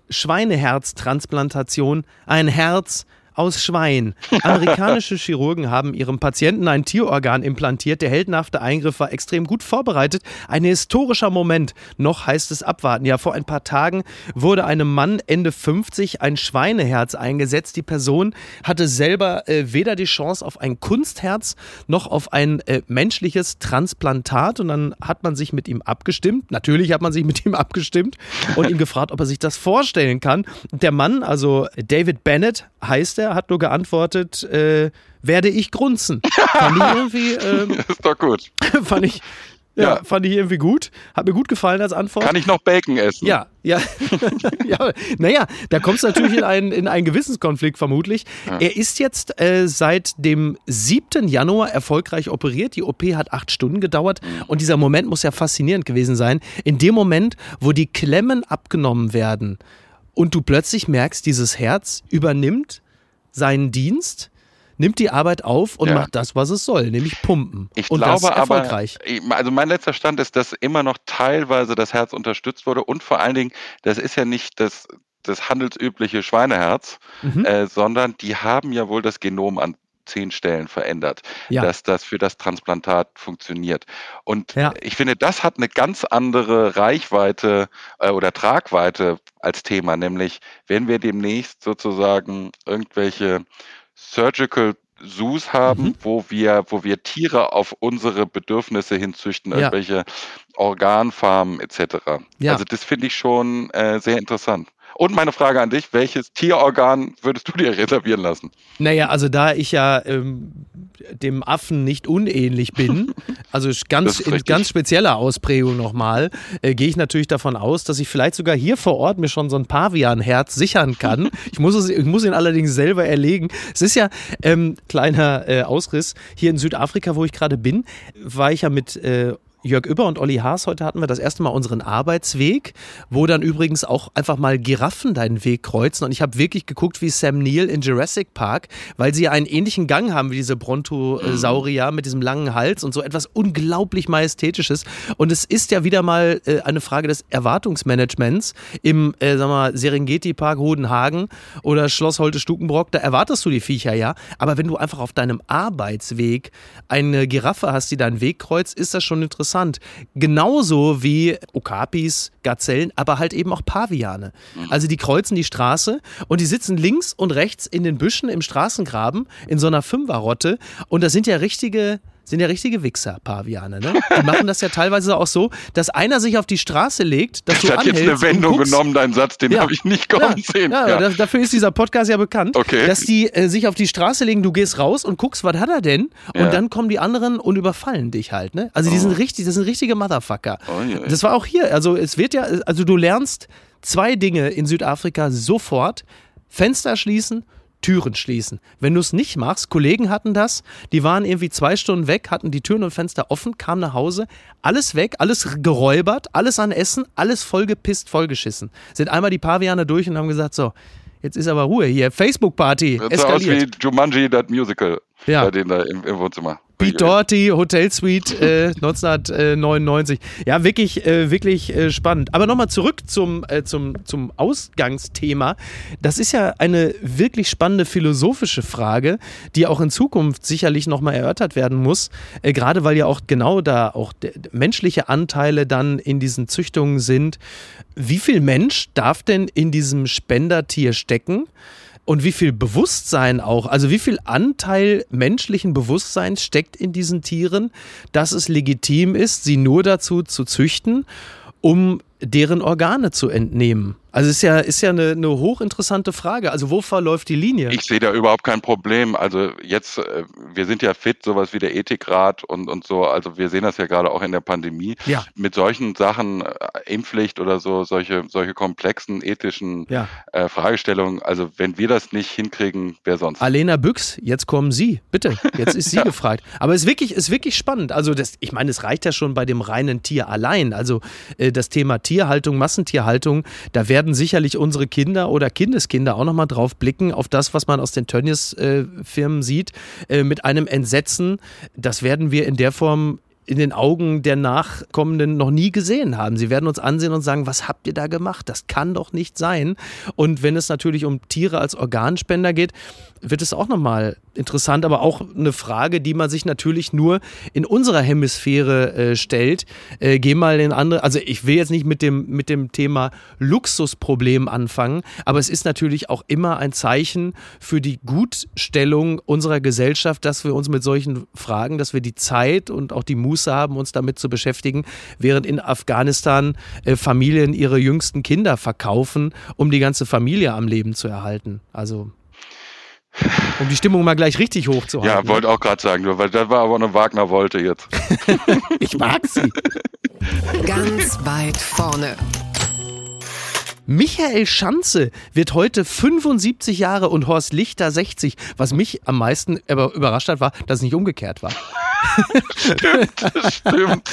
Schweineherztransplantation, ein Herz aus Schwein. Amerikanische Chirurgen haben ihrem Patienten ein Tierorgan implantiert. Der heldenhafte Eingriff war extrem gut vorbereitet. Ein historischer Moment. Noch heißt es abwarten. Ja, vor ein paar Tagen wurde einem Mann Ende fünfzig ein Schweineherz eingesetzt. Die Person hatte selber äh, weder die Chance auf ein Kunstherz noch auf ein äh, menschliches Transplantat. Und dann hat man sich mit ihm abgestimmt. Natürlich hat man sich mit ihm abgestimmt und ihn gefragt, ob er sich das vorstellen kann. Und der Mann, also David Bennett heißt er, hat nur geantwortet, äh, werde ich grunzen. Fand ich irgendwie, ähm, das ist doch gut. fand ich, ja, ja, fand ich irgendwie gut. Hat mir gut gefallen als Antwort. Kann ich noch Bacon essen? Ja, ja. ja naja, da kommst du natürlich in einen, in einen Gewissenskonflikt vermutlich. Ja. Er ist jetzt äh, seit dem siebten Januar erfolgreich operiert. Die O P hat acht Stunden gedauert und dieser Moment muss ja faszinierend gewesen sein. In dem Moment, wo die Klemmen abgenommen werden und du plötzlich merkst, dieses Herz übernimmt seinen Dienst, nimmt die Arbeit auf und ja. macht das, was es soll, nämlich pumpen. Ich und glaube das erfolgreich. aber, also mein letzter Stand ist, dass immer noch teilweise das Herz unterstützt wurde und vor allen Dingen, das ist ja nicht das, das handelsübliche Schweineherz, mhm. äh, sondern die haben ja wohl das Genom an zehn Stellen verändert, ja. dass das für das Transplantat funktioniert. Und ja. ich finde, das hat eine ganz andere Reichweite äh, oder Tragweite als Thema, nämlich wenn wir demnächst sozusagen irgendwelche Surgical Zoos haben, mhm. wo wir, wo wir Tiere auf unsere Bedürfnisse hinzüchten, ja. irgendwelche Organfarmen et cetera. Ja. Also das finde ich schon äh, sehr interessant. Und meine Frage an dich, welches Tierorgan würdest du dir reservieren lassen? Naja, also da ich ja ähm, dem Affen nicht unähnlich bin, also ganz, in ganz spezieller Ausprägung nochmal, äh, gehe ich natürlich davon aus, dass ich vielleicht sogar hier vor Ort mir schon so ein Pavianherz sichern kann. Ich muss, es, ich muss ihn allerdings selber erlegen. Es ist ja, ähm, kleiner äh, Ausriss, hier in Südafrika, wo ich gerade bin, war ich ja mit äh, Jörg Ueber und Olli Haas, heute hatten wir das erste Mal unseren Arbeitsweg, wo dann übrigens auch einfach mal Giraffen deinen Weg kreuzen und ich habe wirklich geguckt wie Sam Neill in Jurassic Park, weil sie ja einen ähnlichen Gang haben wie diese Brontosaurier mit diesem langen Hals und so etwas unglaublich Majestätisches und es ist ja wieder mal äh, eine Frage des Erwartungsmanagements im, äh, sag mal, Serengeti-Park Hodenhagen oder Schloss Holte-Stukenbrock, da erwartest du die Viecher ja, aber wenn du einfach auf deinem Arbeitsweg eine Giraffe hast, die deinen Weg kreuzt, ist das schon interessant. Genauso wie Okapis, Gazellen, aber halt eben auch Paviane. Also die kreuzen die Straße und die sitzen links und rechts in den Büschen im Straßengraben in so einer Fünferrotte und das sind ja richtige... sind ja richtige Wichser, Paviane, ne? Die machen das ja teilweise auch so, dass einer sich auf die Straße legt, dass das du anhältst. Das hat jetzt eine Wendung genommen, dein Satz, den ja. habe ich nicht kommen ja. sehen. Ja, ja. Dafür ist dieser Podcast ja bekannt, okay. dass die äh, sich auf die Straße legen, du gehst raus und guckst, was hat er denn? Und ja. dann kommen die anderen und überfallen dich halt, ne? Also die oh. sind richtig, das sind richtige Motherfucker. Oh, yeah. Das war auch hier, also es wird ja, also du lernst zwei Dinge in Südafrika sofort, Fenster schließen, Türen schließen. Wenn du es nicht machst, Kollegen hatten das, die waren irgendwie zwei Stunden weg, hatten die Türen und Fenster offen, kamen nach Hause, alles weg, alles geräubert, alles an Essen, alles vollgepisst, vollgeschissen. Sind einmal die Paviane durch und haben gesagt, so, jetzt ist aber Ruhe hier, Facebook-Party, eskaliert. Das ist aus wie Jumanji, das Musical, ja. bei denen da im, im Wohnzimmer. Beat Doherty, Hotel Suite äh, neunzehnhundertneunundneunzig. Ja, wirklich, äh, wirklich äh, spannend. Aber nochmal zurück zum, äh, zum, zum Ausgangsthema. Das ist ja eine wirklich spannende philosophische Frage, die auch in Zukunft sicherlich nochmal erörtert werden muss. Äh, gerade weil ja auch genau da auch de- menschliche Anteile dann in diesen Züchtungen sind. Wie viel Mensch darf denn in diesem Spendertier stecken? Und wie viel Bewusstsein auch, also wie viel Anteil menschlichen Bewusstseins steckt in diesen Tieren, dass es legitim ist, sie nur dazu zu züchten, um deren Organe zu entnehmen. Also ist ja, ist ja eine, eine hochinteressante Frage. Also wo verläuft die Linie? Ich sehe da überhaupt kein Problem. Also jetzt, äh, wir sind ja fit, sowas wie der Ethikrat und, und so. Also wir sehen das ja gerade auch in der Pandemie. Ja. Mit solchen Sachen, äh, Impfpflicht oder so, solche, solche komplexen ethischen Ja. äh, Fragestellungen. Also wenn wir das nicht hinkriegen, wer sonst? Alena Büchs, jetzt kommen Sie, bitte. Jetzt ist sie Ja. gefragt. Aber es ist wirklich, ist wirklich spannend. Also das, ich meine, es reicht ja schon bei dem reinen Tier allein. Also äh, das Thema Tierhaltung, Massentierhaltung, da werden sicherlich unsere Kinder oder Kindeskinder auch nochmal drauf blicken, auf das, was man aus den Tönnies-Firmen äh, sieht, äh, mit einem Entsetzen. Das werden wir in der Form in den Augen der Nachkommenden noch nie gesehen haben. Sie werden uns ansehen und sagen, was habt ihr da gemacht? Das kann doch nicht sein. Und wenn es natürlich um Tiere als Organspender geht, wird es auch nochmal interessant, aber auch eine Frage, die man sich natürlich nur in unserer Hemisphäre äh, stellt. Äh, geh mal in andere, also ich will jetzt nicht mit dem, mit dem Thema Luxusproblem anfangen, aber es ist natürlich auch immer ein Zeichen für die Gutstellung unserer Gesellschaft, dass wir uns mit solchen Fragen, dass wir die Zeit und auch die Muße haben, uns damit zu beschäftigen, während in Afghanistan äh, Familien ihre jüngsten Kinder verkaufen, um die ganze Familie am Leben zu erhalten. Also um die Stimmung mal gleich richtig hochzuhalten. Ja, wollte auch gerade sagen, weil das war aber eine Wagner-Wolte jetzt. Ich mag sie. Ganz weit vorne. Michael Schanze wird heute fünfundsiebzig Jahre und Horst Lichter sechzig. Was mich am meisten aber überrascht hat, war, dass es nicht umgekehrt war. Stimmt, das stimmt.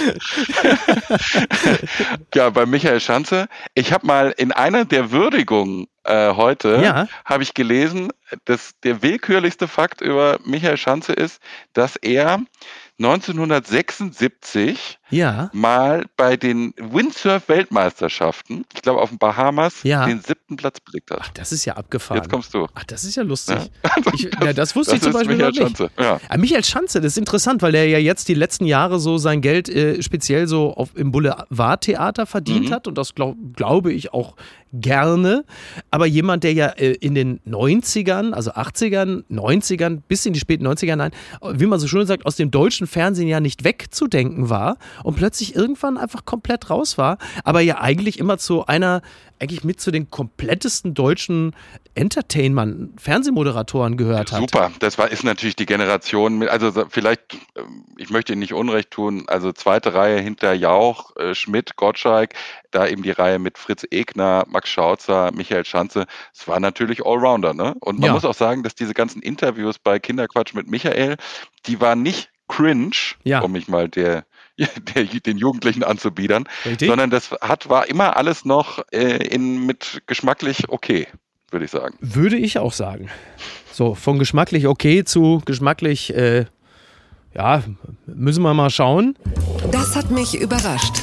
Ja, bei Michael Schanze. Ich habe mal in einer der Würdigungen äh, heute, Ja. habe ich gelesen, dass der willkürlichste Fakt über Michael Schanze ist, dass er neunzehnhundertsechsundsiebzig Ja. mal bei den Windsurf-Weltmeisterschaften, ich glaube auf den Bahamas, Ja. den siebten Platz belegt hat. Ach, das ist ja abgefahren. Jetzt kommst du. Ach, das ist ja lustig. Ja. Ich, ja, das wusste Das ich zum ist Beispiel Michael noch nicht. Schanze. Ja. Ah, Michael Schanze, das ist interessant, weil der ja jetzt die letzten Jahre so sein Geld äh, speziell so auf, im Boulevardtheater verdient Mhm. hat und das glaub, glaube ich auch gerne. Aber jemand, der ja äh, in den neunzigern, also achtzigern, neunzigern, bis in die späten neunzigern, nein, wie man so schön sagt, aus dem deutschen Fernsehen ja nicht wegzudenken war und plötzlich irgendwann einfach komplett raus war, aber ja eigentlich immer zu einer, eigentlich mit zu den komplettesten deutschen Entertainment, Fernsehmoderatoren gehört hat. Super, das war, ist natürlich die Generation, mit, also so- vielleicht, ähm, ich möchte Ihnen nicht Unrecht tun, also zweite Reihe hinter Jauch, äh, Schmidt, Gottschalk, da eben die Reihe mit Fritz Egner, Max Schautzer, Michael Schanze, es war natürlich Allrounder, ne? Und man Ja. muss auch sagen, dass diese ganzen Interviews bei Kinderquatsch mit Michael, die waren nicht cringe, Ja. um mich mal der, der, den Jugendlichen anzubiedern, Richtig? sondern das hat, war immer alles noch äh, in, mit geschmacklich okay, würde ich sagen. Würde ich auch sagen. So, von geschmacklich okay zu geschmacklich, äh, ja, müssen wir mal schauen. Das hat mich überrascht.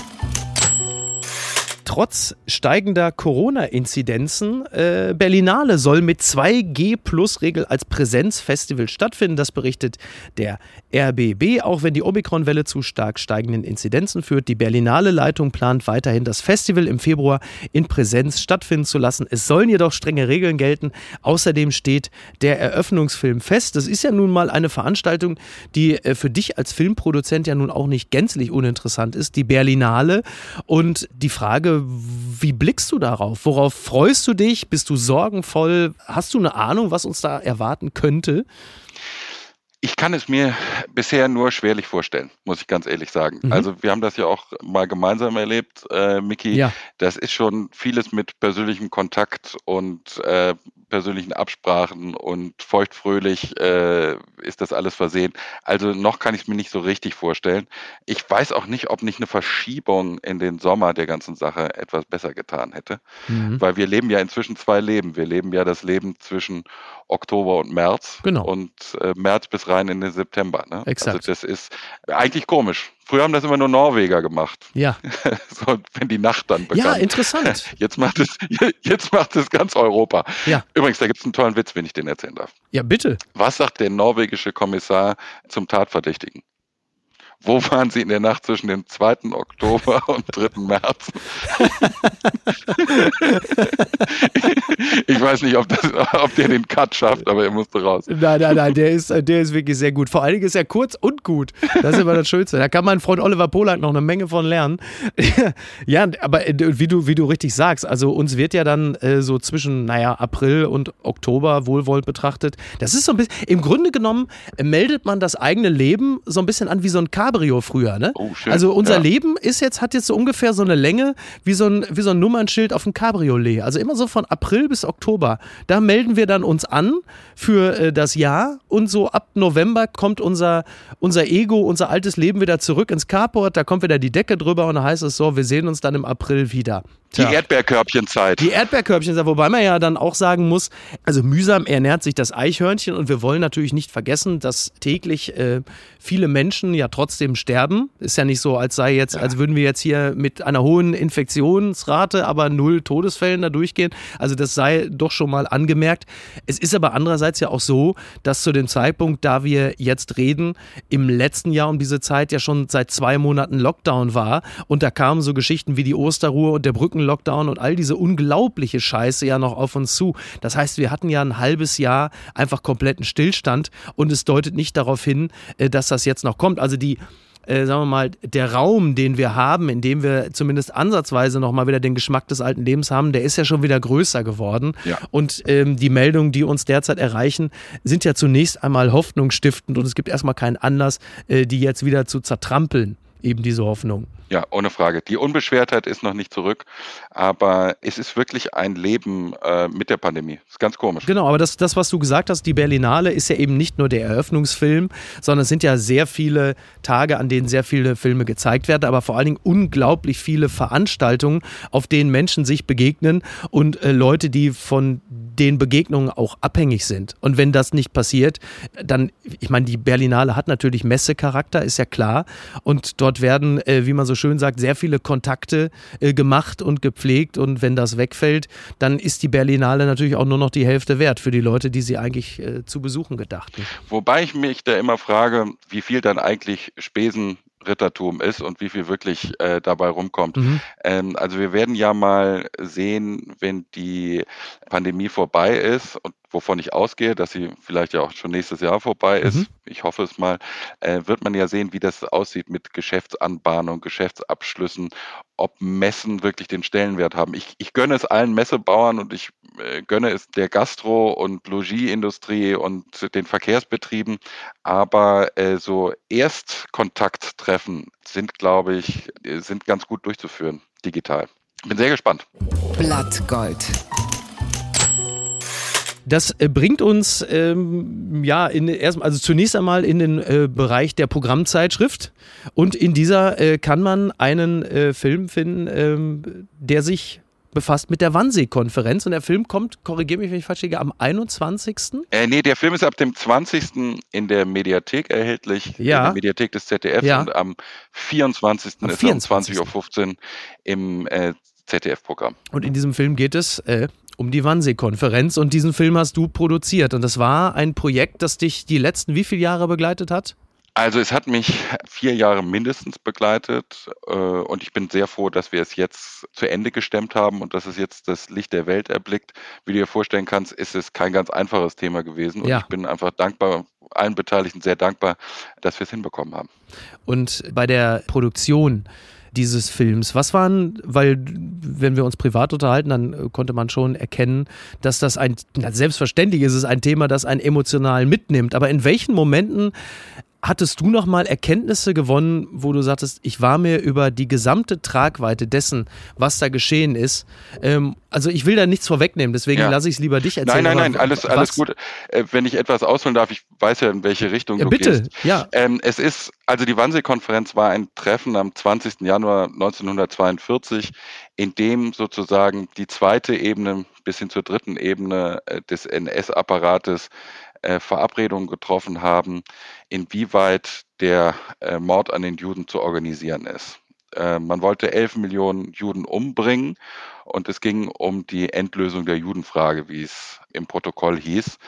Trotz steigender Corona-Inzidenzen, äh, Berlinale soll mit zwei G Plus Regel als Präsenzfestival stattfinden. Das berichtet der R B B, auch wenn die Omikron-Welle zu stark steigenden Inzidenzen führt. Die Berlinale-Leitung plant weiterhin, das Festival im Februar in Präsenz stattfinden zu lassen. Es sollen jedoch strenge Regeln gelten. Außerdem steht der Eröffnungsfilm fest. Das ist ja nun mal eine Veranstaltung, die äh, für dich als Filmproduzent ja nun auch nicht gänzlich uninteressant ist. Die Berlinale. Und die Frage, wie blickst du darauf? Worauf freust du dich? Bist du sorgenvoll? Hast du eine Ahnung, was uns da erwarten könnte? Ich kann es mir bisher nur schwerlich vorstellen, muss ich ganz ehrlich sagen. Mhm. Also wir haben das ja auch mal gemeinsam erlebt, äh, Miki. Ja. Das ist schon vieles mit persönlichem Kontakt und äh, persönlichen Absprachen und feuchtfröhlich äh, ist das alles versehen. Also noch kann ich es mir nicht so richtig vorstellen. Ich weiß auch nicht, ob nicht eine Verschiebung in den Sommer der ganzen Sache etwas besser getan hätte. Mhm. Weil wir leben ja inzwischen zwei Leben. Wir leben ja das Leben zwischen Oktober und März Genau. und äh, März bis rein in den September. Ne? Exakt. Also das ist eigentlich komisch. Früher haben das immer nur Norweger gemacht, Ja, so, wenn die Nacht dann begann. ja, interessant. Jetzt macht es, jetzt macht es ganz Europa. Ja. Übrigens, da gibt es einen tollen Witz, wenn ich den erzählen darf. Ja, bitte. Was sagt der norwegische Kommissar zum Tatverdächtigen? Wo waren Sie in der Nacht zwischen dem zweiten Oktober und dritten März? Ich weiß nicht, ob, das, ob der den Cut schafft, aber er musste raus. Nein, nein, nein, der ist, der ist wirklich sehr gut. Vor allen Dingen ist er kurz und gut. Das ist immer das Schönste. Da kann mein Freund Oliver Polak noch eine Menge von lernen. Ja, aber wie du, wie du richtig sagst, also uns wird ja dann äh, so zwischen, naja, April und Oktober wohlwollend betrachtet. Das ist so ein bisschen, im Grunde genommen äh, meldet man das eigene Leben so ein bisschen an wie so ein Cabrio früher, ne? Oh, schön. Also unser Ja. Leben ist jetzt, hat jetzt so ungefähr so eine Länge wie so ein, wie so ein Nummernschild auf dem Cabriolet. Also immer so von April bis Oktober. Da melden wir dann uns an für äh, das Jahr und so ab November kommt unser, unser Ego, unser altes Leben wieder zurück ins Carport. Da kommt wieder die Decke drüber und da heißt es so, wir sehen uns dann im April wieder. Die Erdbeerkörbchenzeit. Die Erdbeerkörbchen, wobei man ja dann auch sagen muss, also mühsam ernährt sich das Eichhörnchen und wir wollen natürlich nicht vergessen, dass täglich äh, viele Menschen ja trotzdem sterben. Ist ja nicht so, als sei jetzt, als würden wir jetzt hier mit einer hohen Infektionsrate, aber null Todesfällen da durchgehen. Also das sei doch schon mal angemerkt. Es ist aber andererseits ja auch so, dass zu dem Zeitpunkt, da wir jetzt reden, im letzten Jahr um diese Zeit ja schon seit zwei Monaten Lockdown war und da kamen so Geschichten wie die Osterruhe und der Brücken Lockdown und all diese unglaubliche Scheiße ja noch auf uns zu. Das heißt, wir hatten ja ein halbes Jahr einfach kompletten Stillstand und es deutet nicht darauf hin, dass das jetzt noch kommt. Also die, äh, sagen wir mal, der Raum, den wir haben, in dem wir zumindest ansatzweise nochmal wieder den Geschmack des alten Lebens haben, der ist ja schon wieder größer geworden. Ja. Und ähm, die Meldungen, die uns derzeit erreichen, sind ja zunächst einmal hoffnungsstiftend und es gibt erstmal keinen Anlass, äh, die jetzt wieder zu zertrampeln, eben diese Hoffnung. Ja, ohne Frage. Die Unbeschwertheit ist noch nicht zurück, aber es ist wirklich ein Leben äh, mit der Pandemie. Das ist ganz komisch. Genau, aber das, das, was du gesagt hast, die Berlinale ist ja eben nicht nur der Eröffnungsfilm, sondern es sind ja sehr viele Tage, an denen sehr viele Filme gezeigt werden, aber vor allen Dingen unglaublich viele Veranstaltungen, auf denen Menschen sich begegnen und äh, Leute, die von den Begegnungen auch abhängig sind. Und wenn das nicht passiert, dann, ich meine, die Berlinale hat natürlich Messecharakter, ist ja klar. Und dort werden, äh, wie man so schön sagt, sehr viele Kontakte äh, gemacht und gepflegt. Und wenn das wegfällt, dann ist die Berlinale natürlich auch nur noch die Hälfte wert für die Leute, die sie eigentlich äh, zu besuchen gedachten. Wobei ich mich da immer frage, wie viel dann eigentlich Spesen Rittertum ist und wie viel wirklich äh, dabei rumkommt. Mhm. Ähm, also wir werden ja mal sehen, wenn die Pandemie vorbei ist und wovon ich ausgehe, dass sie vielleicht ja auch schon nächstes Jahr vorbei ist, Mhm. ich hoffe es mal, äh, wird man ja sehen, wie das aussieht mit Geschäftsanbahnung, Geschäftsabschlüssen, ob Messen wirklich den Stellenwert haben. Ich, ich gönne es allen Messebauern und ich äh, gönne es der Gastro- und Logieindustrie und den Verkehrsbetrieben, aber äh, so Erstkontakttreffen sind, glaube ich, äh, sind ganz gut durchzuführen, digital. Bin sehr gespannt. Blattgold. Das äh, bringt uns ähm, ja in, erst, also zunächst einmal in den äh, Bereich der Programmzeitschrift und in dieser äh, kann man einen äh, Film finden, ähm, der sich befasst mit der Wannsee-Konferenz und der Film kommt, korrigiere mich, wenn ich falsch liege, am einundzwanzigsten Äh, nee, der Film ist ab dem zwanzigsten in der Mediathek erhältlich, Ja. in der Mediathek des Z D Fs Ja. und am vierundzwanzigsten Am ist er um vierundzwanzigsten zwanzig Uhr fünfzehn im äh, Z D F-Programm. Und in diesem Film geht es äh, um die Wannsee-Konferenz und diesen Film hast du produziert und das war ein Projekt, das dich die letzten wie viele Jahre begleitet hat? Also es hat mich vier Jahre mindestens begleitet äh, und ich bin sehr froh, dass wir es jetzt zu Ende gestemmt haben und dass es jetzt das Licht der Welt erblickt. Wie du dir vorstellen kannst, ist es kein ganz einfaches Thema gewesen und Ja. ich bin einfach dankbar, allen Beteiligten sehr dankbar, dass wir es hinbekommen haben. Und bei der Produktion dieses Films, was waren, weil wenn wir uns privat unterhalten, dann äh, konnte man schon erkennen, dass das ein, na, selbstverständlich ist es ein Thema, das einen emotional mitnimmt, aber in welchen Momenten hattest du nochmal Erkenntnisse gewonnen, wo du sagtest, ich war mir über die gesamte Tragweite dessen, was da geschehen ist, ähm, also ich will da nichts vorwegnehmen, deswegen Ja. lasse ich es lieber dich erzählen. Nein, nein, aber nein, alles, was- alles gut. Äh, wenn ich etwas ausholen darf, ich weiß ja, in welche Richtung Ja, du bitte, gehst. ja. Ähm, es ist, also die Wannsee-Konferenz war ein Treffen am zwanzigsten Januar neunzehnhundertzweiundvierzig, in dem sozusagen die zweite Ebene bis hin zur dritten Ebene äh, des N S-Apparates äh, Verabredungen getroffen haben, inwieweit der äh, Mord an den Juden zu organisieren ist. Äh, man wollte elf Millionen Juden umbringen und es ging um die Endlösung der Judenfrage, wie es im Protokoll hieß.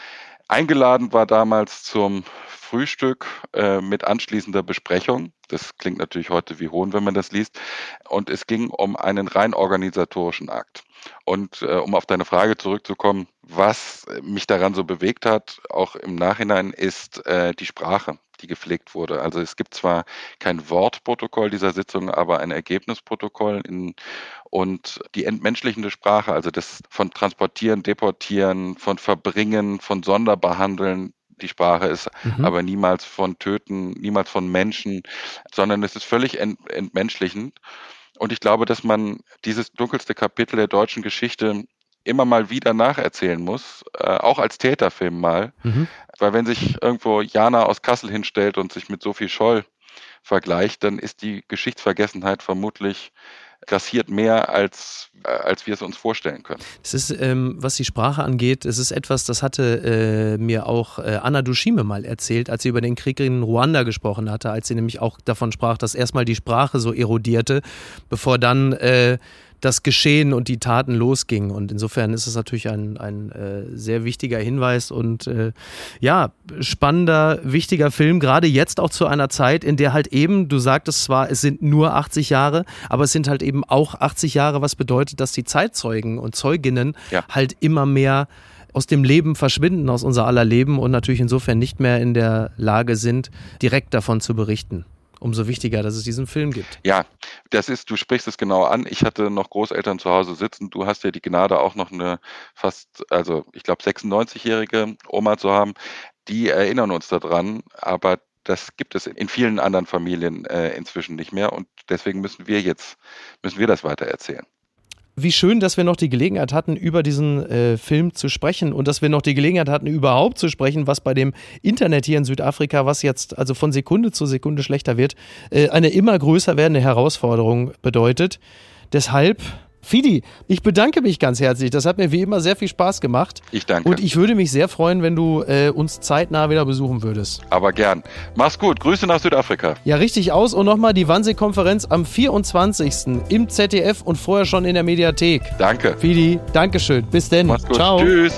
Eingeladen war damals zum Frühstück äh, mit anschließender Besprechung. Das klingt natürlich heute wie Hohn, wenn man das liest. Und es ging um einen rein organisatorischen Akt. Und äh, um auf deine Frage zurückzukommen, was mich daran so bewegt hat, auch im Nachhinein, ist äh, die Sprache, die gepflegt wurde. Also es gibt zwar kein Wortprotokoll dieser Sitzung, aber ein Ergebnisprotokoll in, und die entmenschlichende Sprache, also das von Transportieren, Deportieren, von Verbringen, von Sonderbehandeln, die Sprache ist mhm. aber niemals von Töten, niemals von Menschen, sondern es ist völlig ent, entmenschlichend. Und ich glaube, dass man dieses dunkelste Kapitel der deutschen Geschichte immer mal wieder nacherzählen muss, äh, auch als Täterfilm mal. Mhm. Weil wenn sich irgendwo Jana aus Kassel hinstellt und sich mit Sophie Scholl vergleicht, dann ist die Geschichtsvergessenheit vermutlich grassiert mehr, als, äh, als wir es uns vorstellen können. Es ist, ähm, was die Sprache angeht, es ist etwas, das hatte äh, mir auch äh, Anna Dushime mal erzählt, als sie über den Krieg in Ruanda gesprochen hatte, als sie nämlich auch davon sprach, dass erstmal die Sprache so erodierte, bevor dann äh, das Geschehen und die Taten losgingen. Und insofern ist es natürlich ein, ein äh, sehr wichtiger Hinweis und äh, ja, spannender, wichtiger Film, gerade jetzt auch zu einer Zeit, in der halt eben, du sagtest zwar, es sind nur achtzig Jahre, aber es sind halt eben auch achtzig Jahre, was bedeutet, dass die Zeitzeugen und Zeuginnen ja. halt immer mehr aus dem Leben verschwinden, aus unser aller Leben und natürlich insofern nicht mehr in der Lage sind, direkt davon zu berichten. Umso wichtiger, dass es diesen Film gibt. Ja, das ist, du sprichst es genau an. Ich hatte noch Großeltern zu Hause sitzen. Du hast ja die Gnade, auch noch eine fast, also ich glaube sechsundneunzigjährige Oma zu haben. Die erinnern uns daran, aber das gibt es in vielen anderen Familien äh, inzwischen nicht mehr und deswegen müssen wir jetzt, müssen wir das weiter erzählen. Wie schön, dass wir noch die Gelegenheit hatten, über diesen äh, Film zu sprechen und dass wir noch die Gelegenheit hatten, überhaupt zu sprechen, was bei dem Internet hier in Südafrika, was jetzt also von Sekunde zu Sekunde schlechter wird, äh, eine immer größer werdende Herausforderung bedeutet. Deshalb, Fidi, ich bedanke mich ganz herzlich. Das hat mir wie immer sehr viel Spaß gemacht. Ich danke. Und ich würde mich sehr freuen, wenn du äh, uns zeitnah wieder besuchen würdest. Aber gern. Mach's gut. Grüße nach Südafrika. Ja, richtig aus. Und nochmal die Wannsee-Konferenz am vierundzwanzigsten im Z D F und vorher schon in der Mediathek. Danke. Fidi, Dankeschön. Bis denn. Mach's gut. Ciao. Tschüss.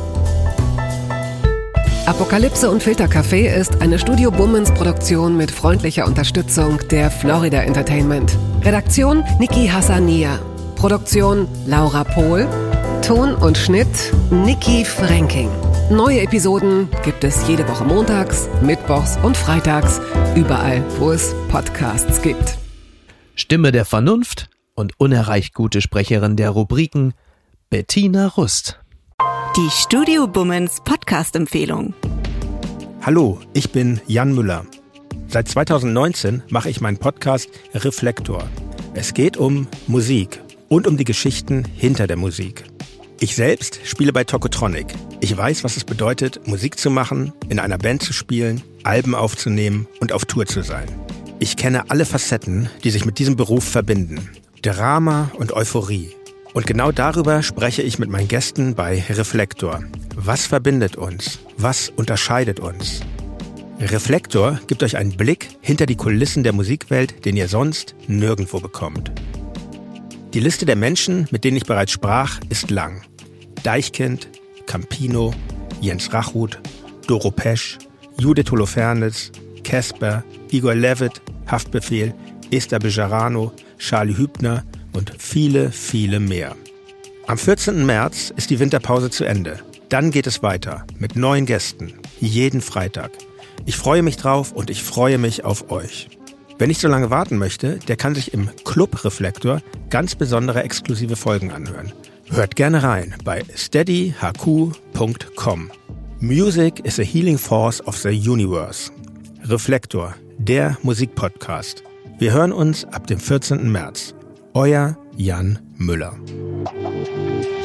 Apokalypse und Filtercafé ist eine Studio Bummens Produktion mit freundlicher Unterstützung der Florida Entertainment. Redaktion Niki Hassania. Produktion Laura Pohl. Ton und Schnitt Niki Fränking. Neue Episoden gibt es jede Woche montags, mittwochs und freitags, überall, wo es Podcasts gibt. Stimme der Vernunft und unerreicht gute Sprecherin der Rubriken Bettina Rust. Die Studio Bummens Podcast-Empfehlung. Hallo, ich bin Jan Müller. Seit zweitausendneunzehn mache ich meinen Podcast Reflektor. Es geht um Musik und um die Geschichten hinter der Musik. Ich selbst spiele bei Tokotronic. Ich weiß, was es bedeutet, Musik zu machen, in einer Band zu spielen, Alben aufzunehmen und auf Tour zu sein. Ich kenne alle Facetten, die sich mit diesem Beruf verbinden. Drama und Euphorie. Und genau darüber spreche ich mit meinen Gästen bei Reflektor. Was verbindet uns? Was unterscheidet uns? Reflektor gibt euch einen Blick hinter die Kulissen der Musikwelt, den ihr sonst nirgendwo bekommt. Die Liste der Menschen, mit denen ich bereits sprach, ist lang. Deichkind, Campino, Jens Rachut, Doro Pesch, Judith Holofernes, Casper, Igor Levit, Haftbefehl, Esther Bejarano, Charlie Hübner und viele, viele mehr. Am vierzehnten März ist die Winterpause zu Ende. Dann geht es weiter mit neuen Gästen, jeden Freitag. Ich freue mich drauf und ich freue mich auf euch. Wer nicht so lange warten möchte, der kann sich im Club Reflektor ganz besondere exklusive Folgen anhören. Hört gerne rein bei steady h q punkt com. Music is a healing force of the universe. Reflektor, der Musikpodcast. Wir hören uns ab dem vierzehnten März. Euer Jan Müller.